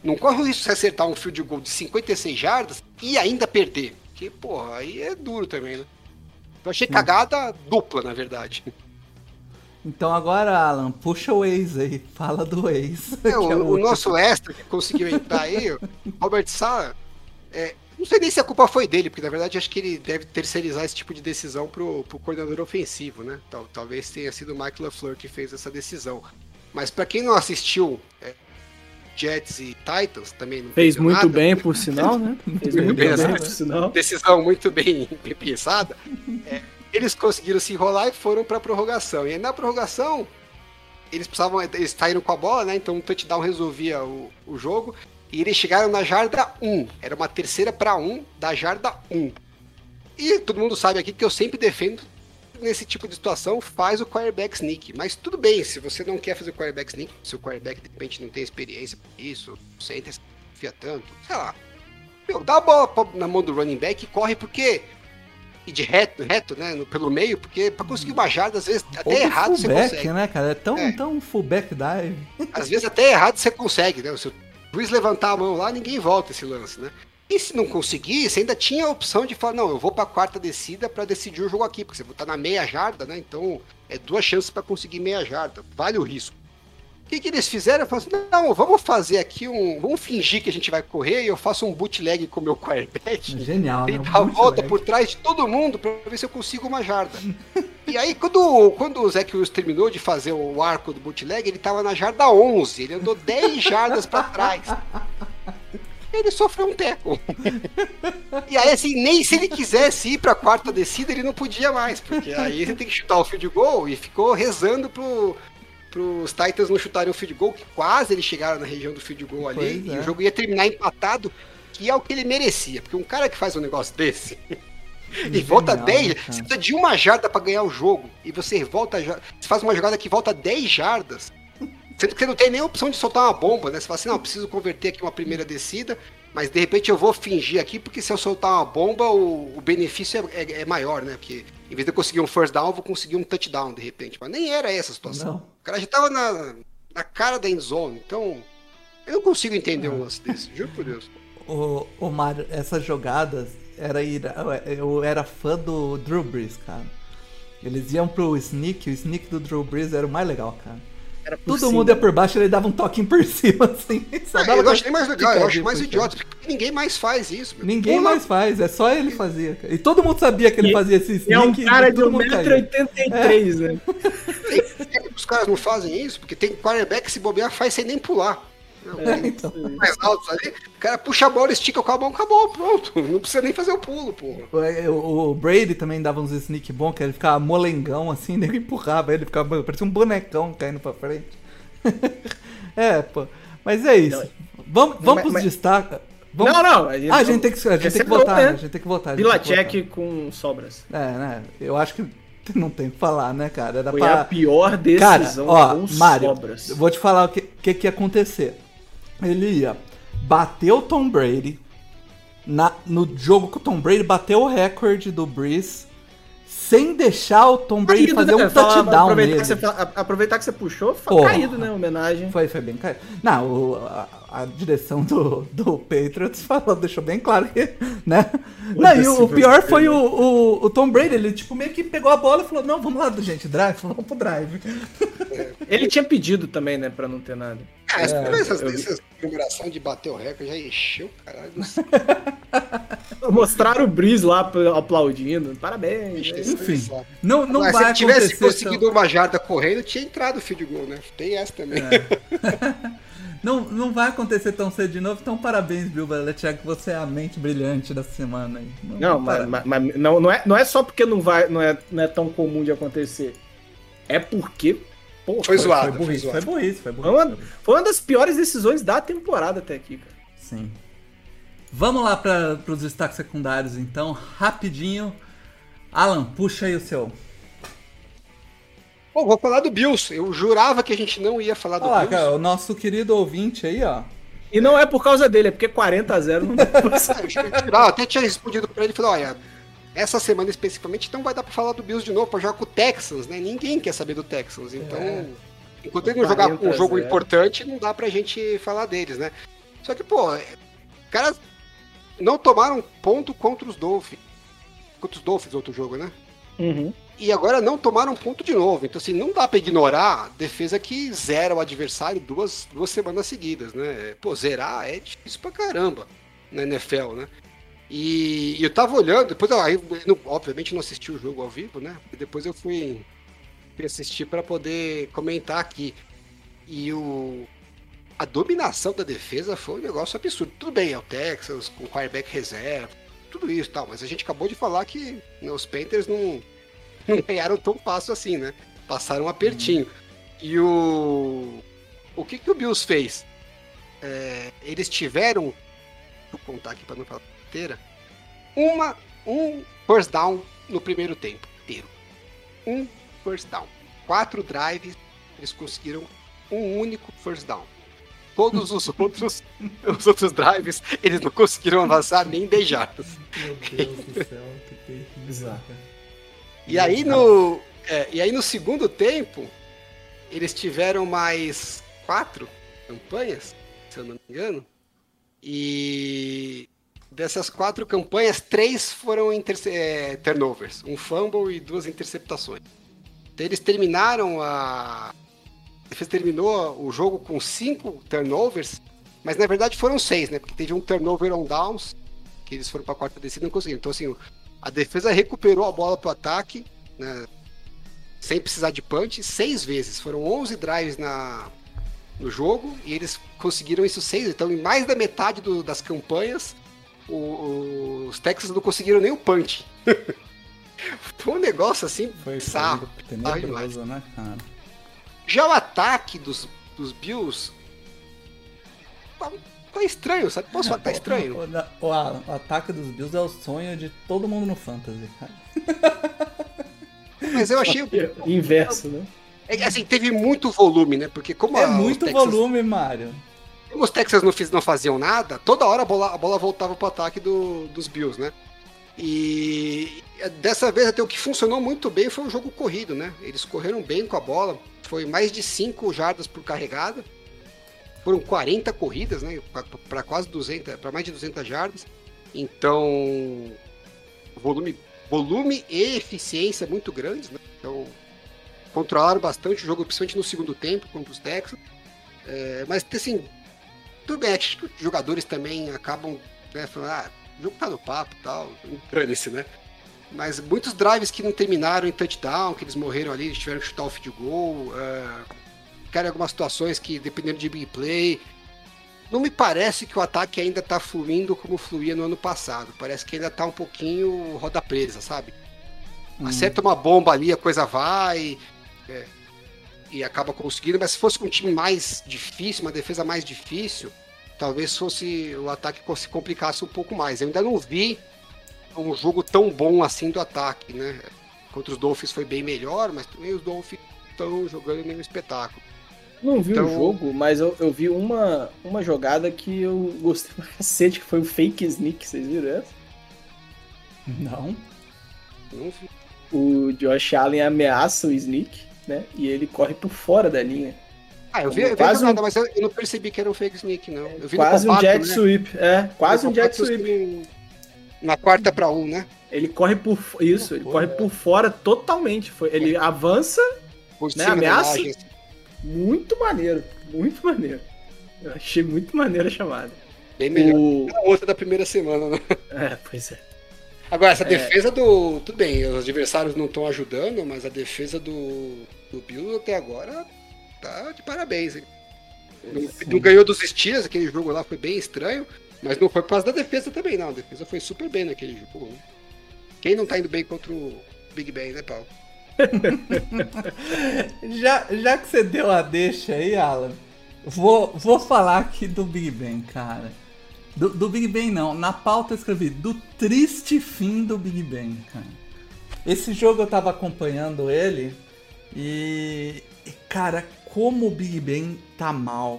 Não corre o risco de você acertar um field goal de 56 jardas e ainda perder. Porque, porra, aí é duro também, né? Eu achei cagada dupla, na verdade. Então agora, Alan, puxa o ex aí. Fala do ex. O nosso extra que conseguiu entrar aí, o Robert Saleh, não sei nem se a culpa foi dele, porque na verdade acho que ele deve terceirizar esse tipo de decisão pro coordenador ofensivo, né? Talvez tenha sido o Mike LaFleur que fez essa decisão. Mas pra quem não assistiu Jets e Titans, também não Fez muito nada, bem, por sinal, né? Fez muito bem, por sinal. Decisão muito bem pensada. Eles conseguiram se enrolar e foram pra prorrogação. E aí, na prorrogação, eles saíram com a bola, né? Então um touchdown resolvia o jogo. E eles chegaram na jarda 1. Era uma 3ª-para-1 da jarda 1. E todo mundo sabe aqui que eu sempre defendo, nesse tipo de situação, faz o quarterback sneak. Mas tudo bem, se você não quer fazer o quarterback sneak, se o quarterback de repente não tem experiência por isso, você entra, confia tanto, sei lá. Dá a bola na mão do running back e corre porque... E de reto, né, pelo meio, porque pra conseguir uma jarda, às vezes até errado fullback, você consegue. Né, cara? É tão fullback dive. Às vezes até errado você consegue, né? Se o juiz levantar a mão lá, ninguém volta esse lance, né? E se não conseguir, você ainda tinha a opção de falar, não, eu vou pra 4ª descida pra decidir o jogo aqui, porque você tá na meia jarda, né? Então, 2 chances pra conseguir meia jarda. Vale o risco. O que eles fizeram? Falaram assim, não, vamos fazer aqui vamos fingir que a gente vai correr e eu faço um bootleg com o meu quarterback. Genial, e né? dá a volta por trás de todo mundo pra ver se eu consigo uma jarda. E aí, quando o Zach Wilson terminou de fazer o arco do bootleg, ele tava na jarda 11. Ele andou 10 jardas pra trás. Ele sofreu um teco. E aí, assim, nem se ele quisesse ir pra 4ª descida, ele não podia mais. Porque aí ele tem que chutar o field goal e ficou rezando pros Titans não chutarem o field goal, que quase eles chegaram na região do field goal ali, e o jogo ia terminar empatado, que é o que ele merecia, porque um cara que faz um negócio desse e volta 10, você precisa de uma jarda pra ganhar o jogo, e você faz uma jogada que volta 10 jardas, sendo que você não tem nem a opção de soltar uma bomba, né? Você fala assim, não, eu preciso converter aqui uma primeira descida, mas de repente eu vou fingir aqui, porque se eu soltar uma bomba, o benefício é maior, né? Porque em vez de eu conseguir um first down, eu vou conseguir um touchdown de repente. Mas nem era essa a situação. Não. O cara já tava na cara da end zone, então eu não consigo entender um lance desse, juro por Deus. O Mário, essas jogadas, eu era fã do Drew Brees, cara. Eles iam pro sneak, o sneak do Drew Brees era o mais legal, cara. Todo mundo ia por baixo, ele dava um toquinho por cima, assim. Eu acho nem mais legal, eu acho mais idiota, porque ninguém mais faz isso. Ninguém mais faz, é só ele fazia. E todo mundo sabia que ele fazia esse sneak. É um cara de 1,83 m, né? Os caras não fazem isso, porque tem quarterback que se bobear faz sem nem pular. Então. Mais altos ali, o cara puxa a bola, estica com a mão, acabou, pronto. Não precisa nem fazer o pulo, porra. O Brady também dava uns sneak bons, que ele ficava molengão assim, nem empurrava ele, ficava parecia um bonecão caindo pra frente. Pô. Mas é isso. Vamos pros destaques. Não. A gente tem que votar, né? A gente tem que votar. Belichick com sobras. Né? Eu acho que não tem o que falar, né, cara? Foi a pior decisão com Mário, sobras. Eu vou te falar o que ia acontecer. Ele ia bater o Tom Brady no jogo que o Tom Brady bateu o recorde do Brees sem deixar o Tom Brady fazer um touchdown nele. Aproveitar que você puxou, foi caído, né, homenagem. Foi bem caído. Não, a direção do Patriots deixou bem claro que, né? Não, e o pior foi o Tom Brady, ele tipo meio que pegou a bola e falou, não, vamos lá, gente, vamos pro drive. Ele tinha pedido também, né, pra não ter nada. Essas comemoração de bater o recorde já encheu, caralho. Mostraram o Brees lá aplaudindo. Parabéns. Enfim, não vai acontecer. Se tivesse conseguido uma jarda correndo, tinha entrado o field goal, né? Tem essa também. Não vai acontecer tão cedo de novo, então parabéns, Bill Belichick, você é a mente brilhante dessa semana aí. Mas não é só porque não é tão comum de acontecer. É porque... Porra, foi zoado. Foi burrice. Foi uma das piores decisões da temporada até aqui, cara. Sim. Vamos lá para os destaques secundários, então, rapidinho. Alan, puxa aí o seu. Bom, vou falar do Bills. Eu jurava que a gente não ia falar do Bills. Cara, o nosso querido ouvinte aí, ó. E não é por causa dele, é porque 40-0 não dá pra passar. Eu até tinha respondido pra ele e falei, olha, essa semana especificamente não vai dar pra falar do Bills de novo, pra jogar com o Texans, né? Ninguém quer saber do Texans, então... Enquanto ele não jogar um jogo importante, não dá pra gente falar deles, né? Só que, pô, os caras não tomaram ponto contra os Dolphins. Contra os Dolphins, outro jogo, né? Uhum. E agora não tomaram ponto de novo. Então, assim, não dá pra ignorar a defesa que zera o adversário duas semanas seguidas, né? Pô, zerar é difícil pra caramba na NFL, né? E eu tava olhando, depois obviamente não assisti o jogo ao vivo, né? E depois eu fui assistir pra poder comentar aqui. E a dominação da defesa foi um negócio absurdo. Tudo bem, é o Texas, com quarterback reserva, tudo isso e tal, mas a gente acabou de falar que, né, os Panthers não ganharam tão fácil assim, né? Passaram um apertinho. E o que o Bills fez? Eles tiveram, vou contar aqui para não falar inteira, um first down no primeiro tempo inteiro. Um first down. 4 drives, eles conseguiram um único first down. Todos os outros drives, eles não conseguiram avançar nem 10 jardas. Meu Deus do céu, que bizarro. E aí no segundo tempo, eles tiveram mais 4 campanhas, se eu não me engano. E dessas 4 campanhas, 3 foram turnovers, um fumble e 2 interceptações. Então eles terminaram a defesa terminou o jogo com 5 turnovers, mas na verdade foram 6, né? Porque teve um turnover on downs, que eles foram para a quarta descida e não conseguiram. Então, assim, a defesa recuperou a bola para o ataque, né, sem precisar de punch, 6 vezes. Foram 11 drives no jogo e eles conseguiram isso 6. Então, em mais da metade das campanhas, os Texans não conseguiram nem o punch. Foi um negócio assim, bizarro. Tenebroso, né, cara? Já o ataque dos Bills tá estranho, sabe? Posso falar que tá estranho? O ataque dos Bills é o sonho de todo mundo no Fantasy, cara. Mas eu achei... Inverso, né? Assim, teve muito volume, né? Porque como muito volume, Mário. Como os Texans não faziam nada, toda hora a bola voltava pro ataque dos Bills, né? E dessa vez até o que funcionou muito bem foi o jogo corrido, né? Eles correram bem com a bola, foi mais de 5 jardas por carregada, foram 40 corridas, né? Para quase 200, para mais de 200 jardas. Então, volume e eficiência muito grandes, né? Então, controlaram bastante o jogo, principalmente no segundo tempo contra os Texans. Mas assim, tudo bem, acho que os jogadores também acabam, né, falando, o jogo tá no papo e tal, engane-se, né? Mas muitos drives que não terminaram em touchdown, que eles morreram ali, eles tiveram que chutar o field goal, ficaram em algumas situações que, dependendo de big play, não me parece que o ataque ainda tá fluindo como fluía no ano passado. Parece que ainda tá um pouquinho roda presa, sabe? Acerta uma bomba ali, a coisa vai e acaba conseguindo, mas se fosse com um time mais difícil, uma defesa mais difícil, talvez fosse o ataque se complicasse um pouco mais. Eu ainda não vi um jogo tão bom assim do ataque, né? Contra os Dolphins foi bem melhor, mas também os Dolphins estão jogando nenhum espetáculo. Não vi o jogo, mas eu vi uma jogada que eu gostei pra cacete, que foi o fake sneak, vocês viram essa? Não vi. O Josh Allen ameaça o sneak, né? E ele corre por fora da linha. Eu vi a jogada, mas eu não percebi que era um fake sneak, não. Eu vi quase no compacto, um jet né? sweep, quase um jet sweep. Na 4-1, né? Ele corre por corre por fora totalmente. Ele avança, né, ameaça. Muito maneiro, muito maneiro. Eu achei muito maneiro a chamada. Bem melhor que a outra da primeira semana, né? Pois é. Agora, essa defesa do... Tudo bem, os adversários não estão ajudando, mas a defesa do Bills até agora tá de parabéns, hein? Não ganhou dos Steelers, aquele jogo lá foi bem estranho, mas não foi por causa da defesa também, não. A defesa foi super bem naquele jogo, né? Quem não tá indo bem contra o Big Ben, né, Paulo? já que você deu a deixa aí, Alan, vou falar aqui do Big Ben, cara. Do Big Ben não, na pauta eu escrevi do triste fim do Big Ben, cara. Esse jogo eu tava acompanhando ele e cara, como o Big Ben tá mal.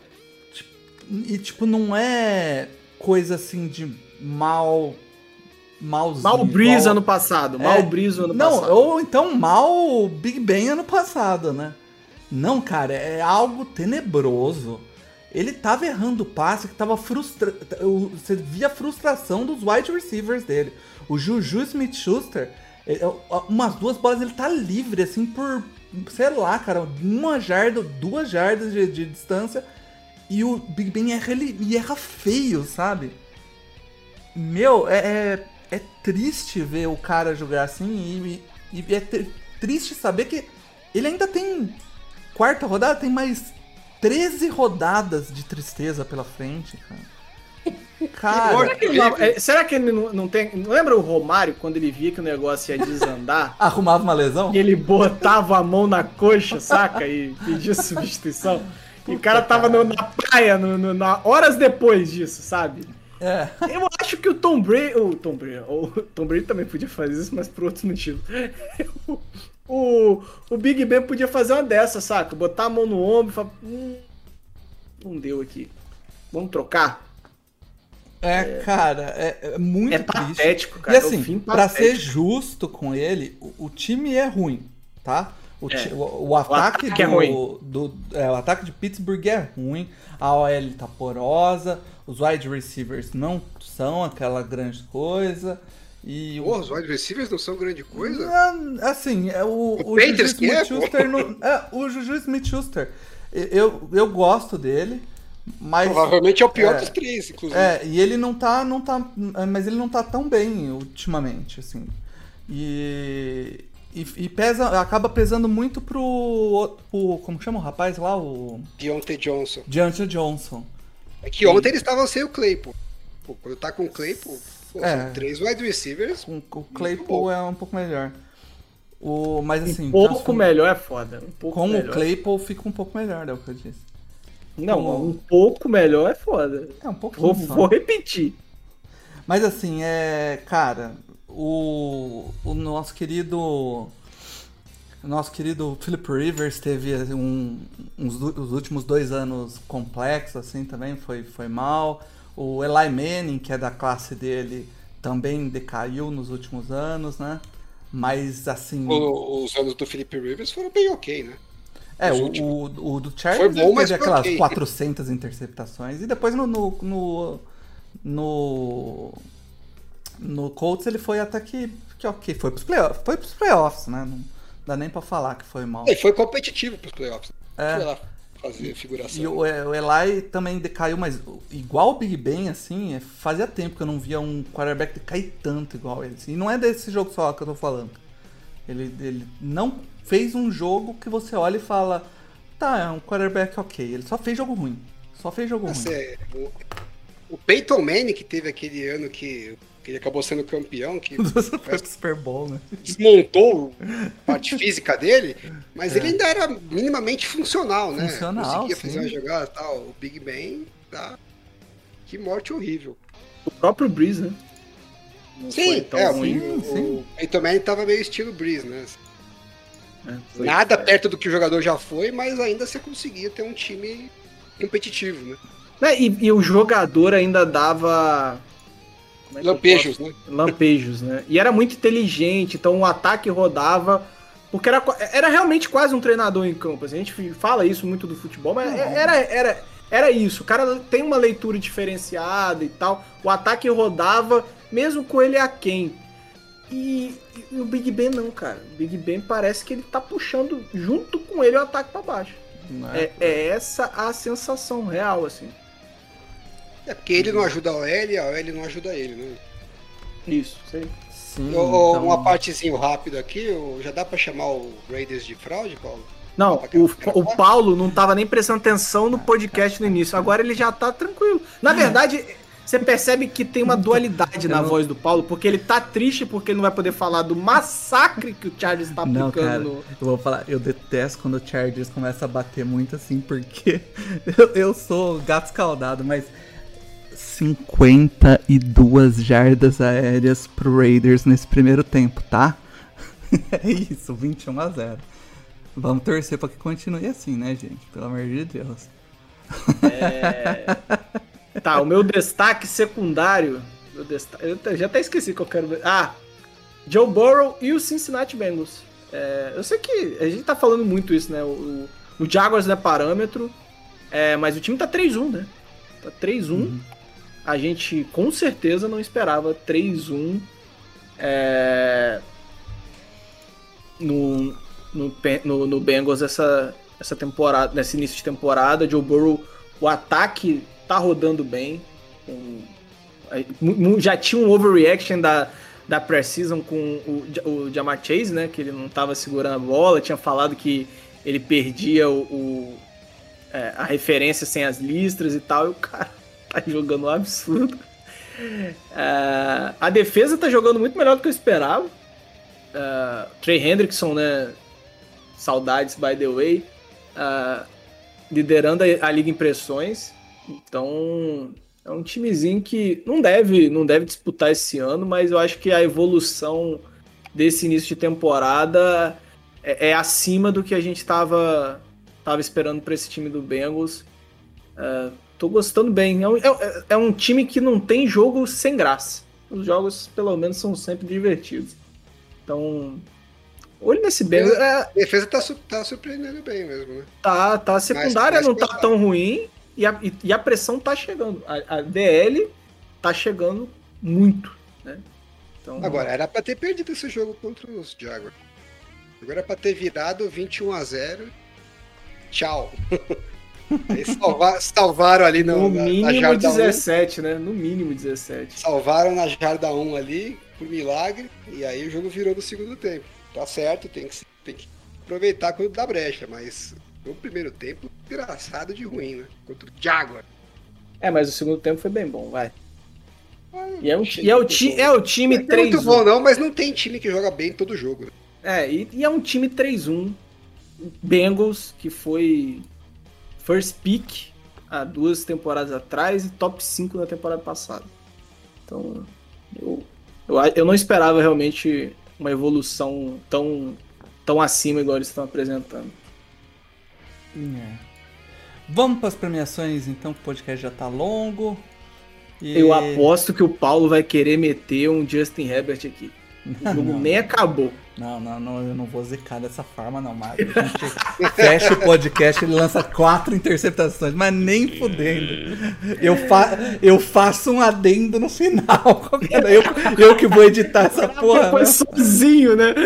E não é coisa assim de malzinho. Mal Breeze ano passado. Mal Breeze ano passado. Não, ou então mal Big Ben ano passado, né? Não, cara, é algo tenebroso. ele tava errando passe que tava frustrando. Você via a frustração dos wide receivers dele. O Juju Smith-Schuster, umas 2 bolas ele tá livre, assim, por, sei lá, cara, 1 jarda, 2 jardas de distância. E o Big Ben erra, ele erra feio, sabe? Meu, é triste ver o cara jogar assim e é triste saber que ele ainda tem 4ª rodada, tem mais 13 rodadas de tristeza pela frente, cara. Será que ele não tem... Não lembra o Romário, quando ele via que o negócio ia desandar? Arrumava uma lesão? E ele botava a mão na coxa, saca? E pedia substituição. E o cara tava na praia, horas depois disso, sabe? É. Eu acho que o Tom Brady também podia fazer isso, mas por outros motivos. O Big Ben podia fazer uma dessa, saca? Botar a mão no ombro e falar... não deu aqui. Vamos trocar? Cara, é muito triste. Patético, cara. E assim, pra ser justo com ele, o time é ruim, tá? O ataque é ruim. O ataque de Pittsburgh é ruim, a OL tá porosa, os wide receivers não são aquela grande coisa. E os wide receivers não são grande coisa? Assim, o Patriots Juju Smith-Schuster o Juju Smith-Schuster, eu gosto dele, mas provavelmente é o pior dos 3, inclusive. E ele não tá, mas ele não tá tão bem ultimamente, assim. E acaba pesando muito pro como chama o rapaz lá? O Deontay Johnson. Deontay Johnson. É que ontem eles estavam sem o Claypool. Quando tá com o Claypool, são 3 wide receivers. O Claypool é um pouco melhor. Mas assim... Um pouco melhor é foda. Com o Claypool fica um pouco melhor, é o que eu disse. Não, um pouco melhor é foda. É um pouquinho Vou repetir. Mas assim, cara... O nosso querido Philip Rivers teve os últimos 2 anos complexos, assim, também foi mal. O Eli Manning, que é da classe dele, também decaiu nos últimos anos, né? Mas, assim... Os anos do Philip Rivers foram bem ok, né? O do Chargers teve aquelas 400 interceptações. E depois no Colts ele foi até que ok, foi pros playoffs, né? Não dá nem pra falar que foi mal. Ele foi competitivo pros playoffs. Foi lá fazer figuração. E o Eli também decaiu, mas igual o Big Ben, assim, fazia tempo que eu não via um quarterback decair tanto igual ele. Assim. E não é desse jogo só que eu tô falando. Ele não fez um jogo que você olha e fala, tá, é um quarterback ok. Ele só fez jogo ruim. O Peyton Manning, que teve aquele ano que ele acabou sendo campeão, que foi pro Super Bowl, né? Desmontou a parte física dele, mas ele ainda era minimamente funcional, né? Conseguia fazer uma jogada e tal. O Big Ben, que morte horrível. O próprio Breeze, né? Sim, o Peyton Manning tava meio estilo Breeze, né? Nada perto do que o jogador já foi, mas ainda você conseguia ter um time competitivo, né? E o jogador ainda dava... Lampejos, né? Lampejos, né? E era muito inteligente, então o ataque rodava, porque era realmente quase um treinador em campo. Assim, a gente fala isso muito do futebol, mas era isso. O cara tem uma leitura diferenciada e tal. O ataque rodava, mesmo com ele aquém. E o Big Ben não, cara. O Big Ben parece que ele tá puxando junto com ele o ataque pra baixo. É essa a sensação real, assim. É porque ele não ajuda a OL não ajuda ele, né? Isso, sei. Sim, então... Uma partezinho rápido aqui, já dá pra chamar o Raiders de fraude, Paulo? Não, o Paulo não tava nem prestando atenção no podcast no início, agora ele já tá tranquilo. Na verdade, você percebe que tem uma dualidade na voz do Paulo, porque ele tá triste porque ele não vai poder falar do massacre que o Chargers tá aplicando. Não, cara, eu vou falar, eu detesto quando o Chargers começa a bater muito assim, porque eu sou gato escaldado, mas... 52 jardas aéreas pro Raiders nesse primeiro tempo, tá? É isso, 21-0. Vamos torcer pra que continue assim, né, gente? Pelo amor de Deus. Tá, o meu destaque secundário... Eu já até esqueci que eu quero ver. Joe Burrow e o Cincinnati Bengals. Eu sei que a gente tá falando muito isso, né? O Jaguars não é parâmetro. Mas o time tá 3-1, né? Tá 3-1. A gente com certeza não esperava 3-1 no Bengals essa temporada, nesse início de temporada. Joe Burrow, o ataque tá rodando bem. Já tinha um overreaction da preseason com o Ja'Marr Chase, né? Que ele não tava segurando a bola, tinha falado que ele perdia a referência sem as listras e tal, e o cara tá jogando um absurdo. A defesa tá jogando muito melhor do que eu esperava. Trey Hendrickson, né? Saudades, by the way. Liderando a liga em pressões. Então, é um timezinho que não deve disputar esse ano, mas eu acho que a evolução desse início de temporada é acima do que a gente tava esperando para esse time do Bengals. Tô gostando bem. É um time que não tem jogo sem graça. Os jogos, pelo menos, são sempre divertidos. Então, olho nesse Bengals. A defesa tá surpreendendo bem mesmo, né? Tá. A secundária não tá tão ruim e a pressão tá chegando. A DL tá chegando muito, né? Então, agora, era pra ter perdido esse jogo contra os Jaguars. Agora era pra ter virado 21-0. Tchau. Aí salvaram ali no mínimo na jarda 17, 1. Né? No mínimo 17. Salvaram na jarda 1 ali, por milagre, e aí o jogo virou no segundo tempo. Tá certo, tem que aproveitar quando dá brecha, mas no primeiro tempo, engraçado de ruim, né? Contra o Jaguar. Mas o segundo tempo foi bem bom, vai. E é o time 3-1. Não é muito bom não, mas não tem time que joga bem todo jogo. E é um time 3-1. Bengals, que foi first pick há 2 temporadas atrás e top 5 na temporada passada. Então, eu não esperava realmente uma evolução tão acima igual eles estão apresentando. Vamos para as premiações então, que o podcast já tá longo. Eu aposto que o Paulo vai querer meter um Justin Herbert aqui. O jogo nem acabou. Não, eu não vou zicar dessa forma, não, Mário. A gente fecha o podcast, ele lança 4 interceptações, mas nem fudendo. Eu faço um adendo no final. Eu que vou editar essa porra. Foi sozinho, né?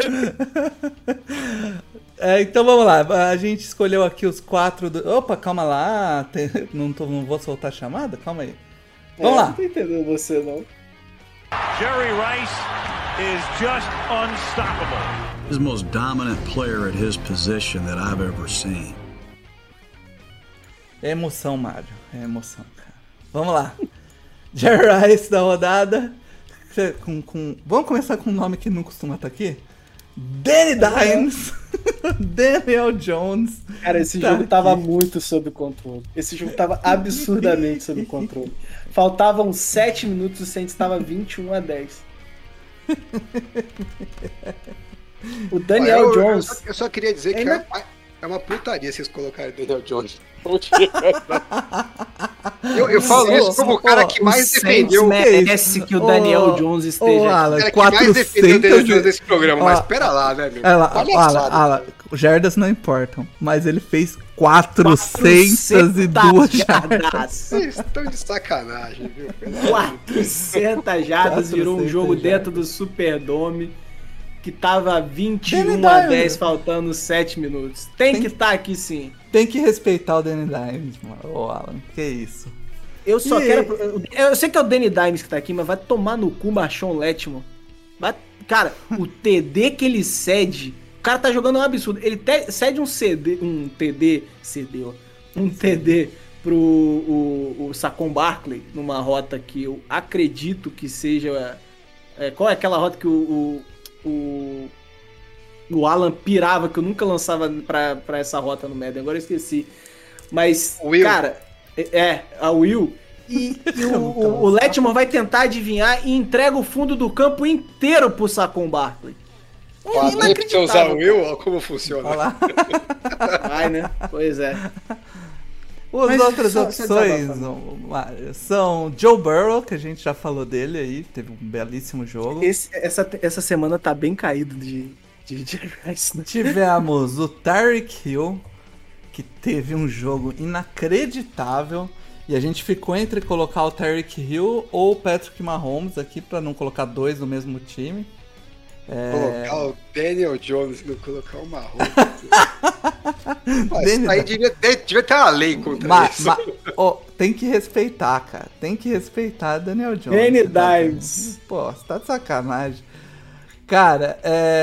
Então vamos lá. A gente escolheu aqui os 4 Opa, calma lá. Não vou soltar a chamada? Calma aí. Vamos lá. Não tô entendendo você, não. Jerry Rice is just unstoppable. He's the most dominant player at his position that I've ever seen. É emoção, Mário. É emoção, cara. Vamos lá. Jerry Rice da rodada. Vamos começar com um nome que não costuma estar aqui? Danny Dimes. Daniel Jones. Cara, esse jogo tava muito sob controle. Esse jogo tava absurdamente sob controle. Faltavam 7 minutos e o Saints estava 21-10. O Daniel Jones... Eu só queria dizer que é uma putaria vocês colocarem o Daniel Jones. Eu falo isso como o cara que mais defendeu... merece que o Daniel Jones esteja... Alan, que mais defendeu o Daniel Jones nesse programa, mas pera lá, né, meu? Alan, jardas não importam, mas ele fez 402 jardas. Vocês estão de sacanagem, viu? 400 jardas, virou um jogo dentro do Superdome, que tava 21-10, faltando 7 minutos. Tem que estar aqui sim. Tem que respeitar o Danny Dimes, mano. Ô, Alan, que isso? Eu só quero... Eu sei que é o Danny Dimes que tá aqui, mas vai tomar no cu Marshawn Lattimore. Cara, o TD que ele cede... O cara tá jogando um absurdo. Ele cede um TD pro o Saquon Barkley numa rota que eu acredito que seja... qual é aquela rota que o Alan pirava, que eu nunca lançava pra essa rota no Madden, agora eu esqueci. Mas, cara, a Will. E o Lattimore vai tentar adivinhar e entrega o fundo do campo inteiro pro Saquon Barkley. Nem precisa usar o Will, olha como funciona. Olha lá. Vai, né? Pois é. As outras opções são Joe Burrow, que a gente já falou dele aí, teve um belíssimo jogo. Essa semana tá bem caído de Rice, né? Tivemos o Tyreek Hill, que teve um jogo inacreditável e a gente ficou entre colocar o Tyreek Hill ou o Patrick Mahomes aqui pra não colocar dois no mesmo time. Colocar o Daniel Jones, não colocar o Mahomes. Aí devia ter uma lei contra isso. Tem que respeitar, cara. Tem que respeitar Daniel Jones. Danny Dimes. Pô, você tá de sacanagem. Cara,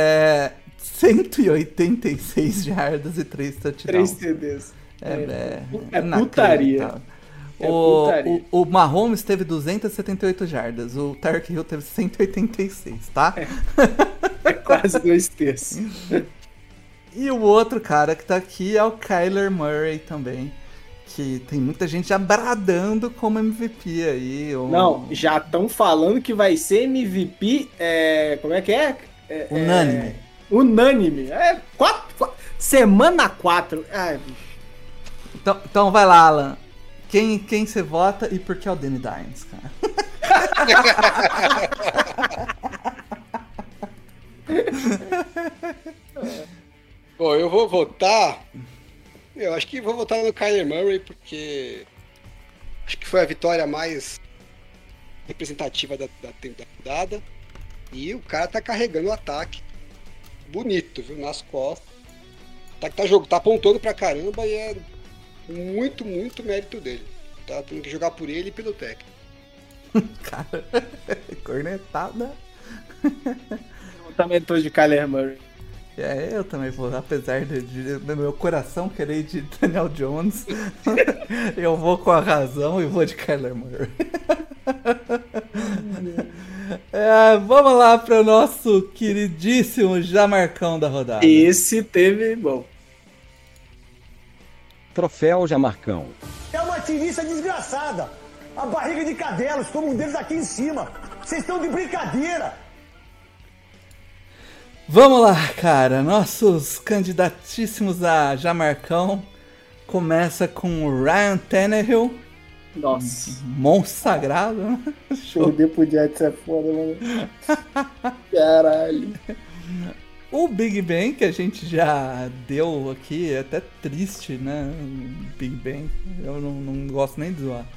186 jardas e 3 touchdowns. 3 TDs. É putaria. O Mahomes teve 278 jardas, o Tyreek Hill teve 186, tá? É quase 2/3. E o outro cara que tá aqui é o Kyler Murray também, que tem muita gente já bradando como MVP aí. Não, já estão falando que vai ser MVP, como é que é? Unânime. Unânime. Semana 4. Ai, bicho. Então vai lá, Alan. Quem você vota e por que é o Danny Dimes, cara? Bom, eu vou votar. Eu acho que vou votar no Kyler Murray, porque acho que foi a vitória mais representativa da temporada. E o cara tá carregando o ataque bonito, viu? Nas costas. Tá apontando pra caramba e é muito, muito mérito dele. Tá tendo que jogar por ele e pelo técnico. Cara, cornetada. Eu também tô de Kyler Murray. Eu também vou, apesar de meu coração querer ir de Daniel Jones, eu vou com a razão e vou de Kyler Murray. Vamos lá para o nosso queridíssimo Jamarcão da rodada. Esse teve, bom. Troféu Jamarcão. É uma tirista desgraçada. A barriga de cadelos, como um deles aqui em cima. Vocês estão de brincadeira. Vamos lá, cara. Nossos candidatíssimos a Jamarcão. Começa com o Ryan Tannehill. Nossa. Monstro sagrado, né? Perder pro Jets é foda, mano. Caralho. O Big Ben, que a gente já deu aqui, é até triste, né? Big Ben. Eu não gosto nem de zoar.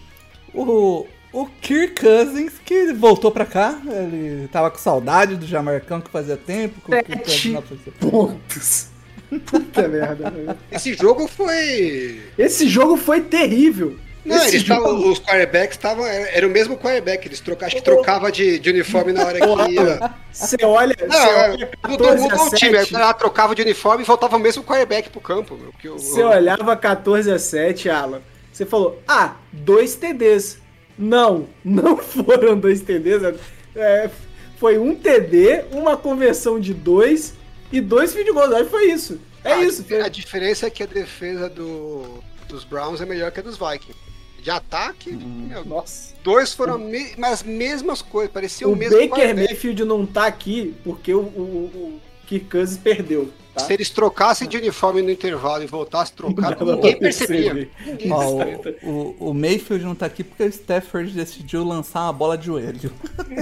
O Kirk Cousins, que voltou pra cá, ele tava com saudade do Jamarcão que fazia tempo. Com o Kirk Cousins pontos. Puta merda, velho. Esse jogo foi terrível. Não, os quarterbacks estavam. Era o mesmo quarterback, eles acho que trocava de uniforme na hora que ia. Você olha. Mudou o time, ela trocava de uniforme e voltava o mesmo quarterback pro campo. Você olhava 14-7, Alan. Você falou, 2 TDs. Não foram 2 TDs. Foi um TD, uma conversão de 2 e 2 field goals. Aí foi isso. Isso. A diferença é que a defesa dos Browns é melhor que a dos Vikings. De ataque, nossa. 2 foram as mesmas coisas, parecia o mesmo. O Baker Mayfield não tá aqui porque o Kirk Cousins perdeu. Tá? Se eles trocassem de uniforme no intervalo e voltassem a trocar, ninguém percebia. O Mayfield não tá aqui porque o Stafford decidiu lançar uma bola de joelho.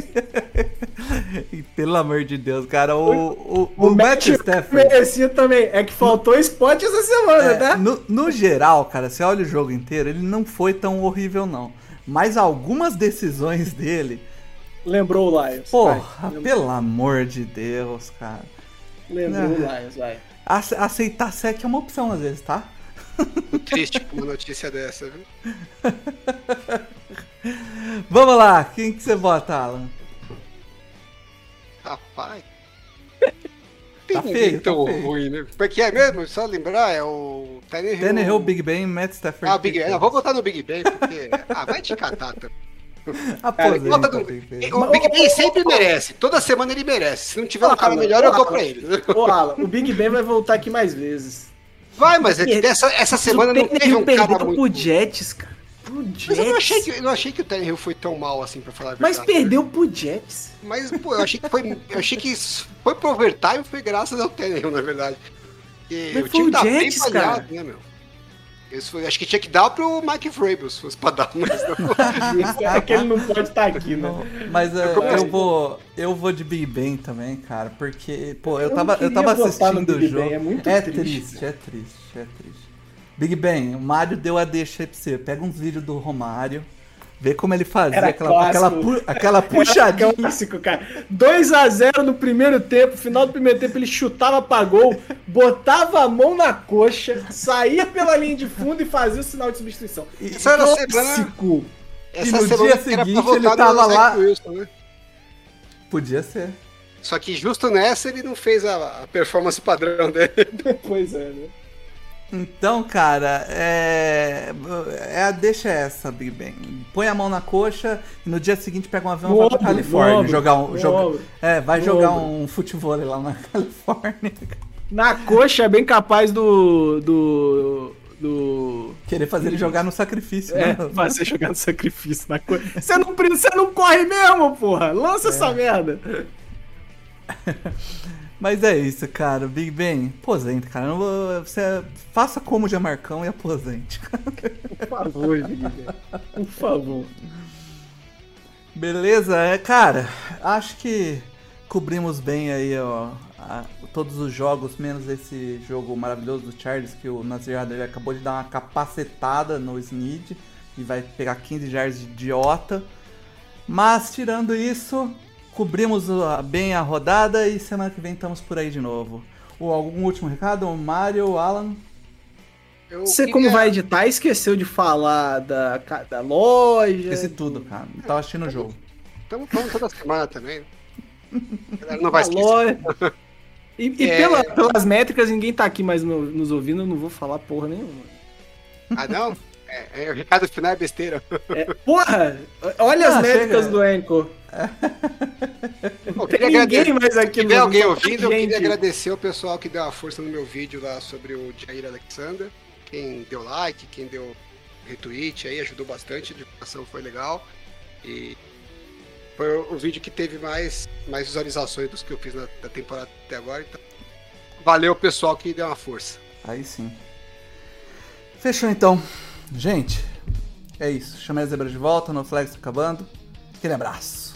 E, pelo amor de Deus, cara, o Matt Stafford merecia também. É que faltou spot essa semana, tá? No geral, cara, você olha o jogo inteiro, ele não foi tão horrível, não. Mas algumas decisões dele... Lembrou o Lions. Porra, pelo amor de Deus, cara. Lembrou o Lions, vai. Aceitar sec é uma opção às vezes, tá? Triste com uma notícia dessa, viu? Vamos lá, quem que você vota, Alan? Rapaz. Tá feio, tão ruim, né? Porque é mesmo, só lembrar, é o Tannehill, Big Ben, Matt Stafford. O Big Ben. Vou botar no Big Ben, porque... vai te catar também. O Big Ben sempre merece. Toda semana ele merece. Se não tiver um cara melhor, eu dou pra ele. Alan, o Big Ben vai voltar aqui mais vezes. Vai, mas essa semana não teve um cara muito... pro Jets, cara. Mas eu não achei que o Tannehill foi tão mal assim, pra falar a verdade. Mas perdeu pro Jets. Mas, pô, eu achei que foi pro overtime, foi graças ao Tannehill, na verdade. E mas o time tá Jets, bem falhado, né, meu? Acho que tinha que dar pro Mike Vrabel, se fosse pra dar, mas não. É que ele não pode estar aqui, né? Mas eu vou de Big Ben também, cara, porque, pô, eu tava assistindo o jogo. É muito triste. Big Ben, o Mário deu a deixa aí pra você. Pega uns vídeos do Romário, vê como ele fazia Era aquela puxadinha. Era clássico, cara. 2-0 no primeiro tempo, final do primeiro tempo ele chutava pra gol, botava a mão na coxa, saía pela linha de fundo e fazia o sinal de substituição. Essa era a semana. Clássico. E no dia seguinte ele tava lá. Wilson, né? Podia ser. Só que justo nessa ele não fez a performance padrão dele. Pois é, né? Então, cara, deixa essa, Big Ben. Põe a mão na coxa e no dia seguinte pega um avião e vai pra Califórnia. Jogar um futebol lá na Califórnia. Na coxa é bem capaz do... Querer fazer ele jogar no sacrifício. Fazer jogar no sacrifício na coxa. Você não corre mesmo, porra! Lança essa merda! Mas é isso, cara. Big Ben, aposente, cara. Você faça como o Jamarcão e aposente. Por favor, Big Ben. Por favor. Beleza? Cara, acho que cobrimos bem aí, ó, todos os jogos, menos esse jogo maravilhoso do Chargers, que o Nasir Adderley acabou de dar uma capacetada no Snead e vai pegar 15 yards de idiota. Mas, tirando isso, cobrimos bem a rodada e semana que vem estamos por aí de novo. Algum último recado? Mário, Alan? Como vai editar, esqueceu de falar da loja. Esqueci tudo, cara. Não tava assistindo o jogo. Estamos falando toda semana também. A galera não vai esquecer. Pelas métricas, ninguém tá aqui mais nos ouvindo, eu não vou falar porra nenhuma. Ah, não? O recado final é besteira. Porra! Olha as métricas do Anchor. Não tem ninguém mais aqui. Se tiver alguém ouvindo, eu queria agradecer o pessoal que deu uma força no meu vídeo lá sobre o Jair Alexander. Quem deu like, quem deu retweet aí, ajudou bastante, a divulgação foi legal. E foi o vídeo que teve mais visualizações dos que eu fiz na temporada até agora. Então, valeu o pessoal que deu uma força. Aí sim. Fechou então. Gente, é isso. Chamei a zebra de volta, no Flex acabando. Aquele abraço.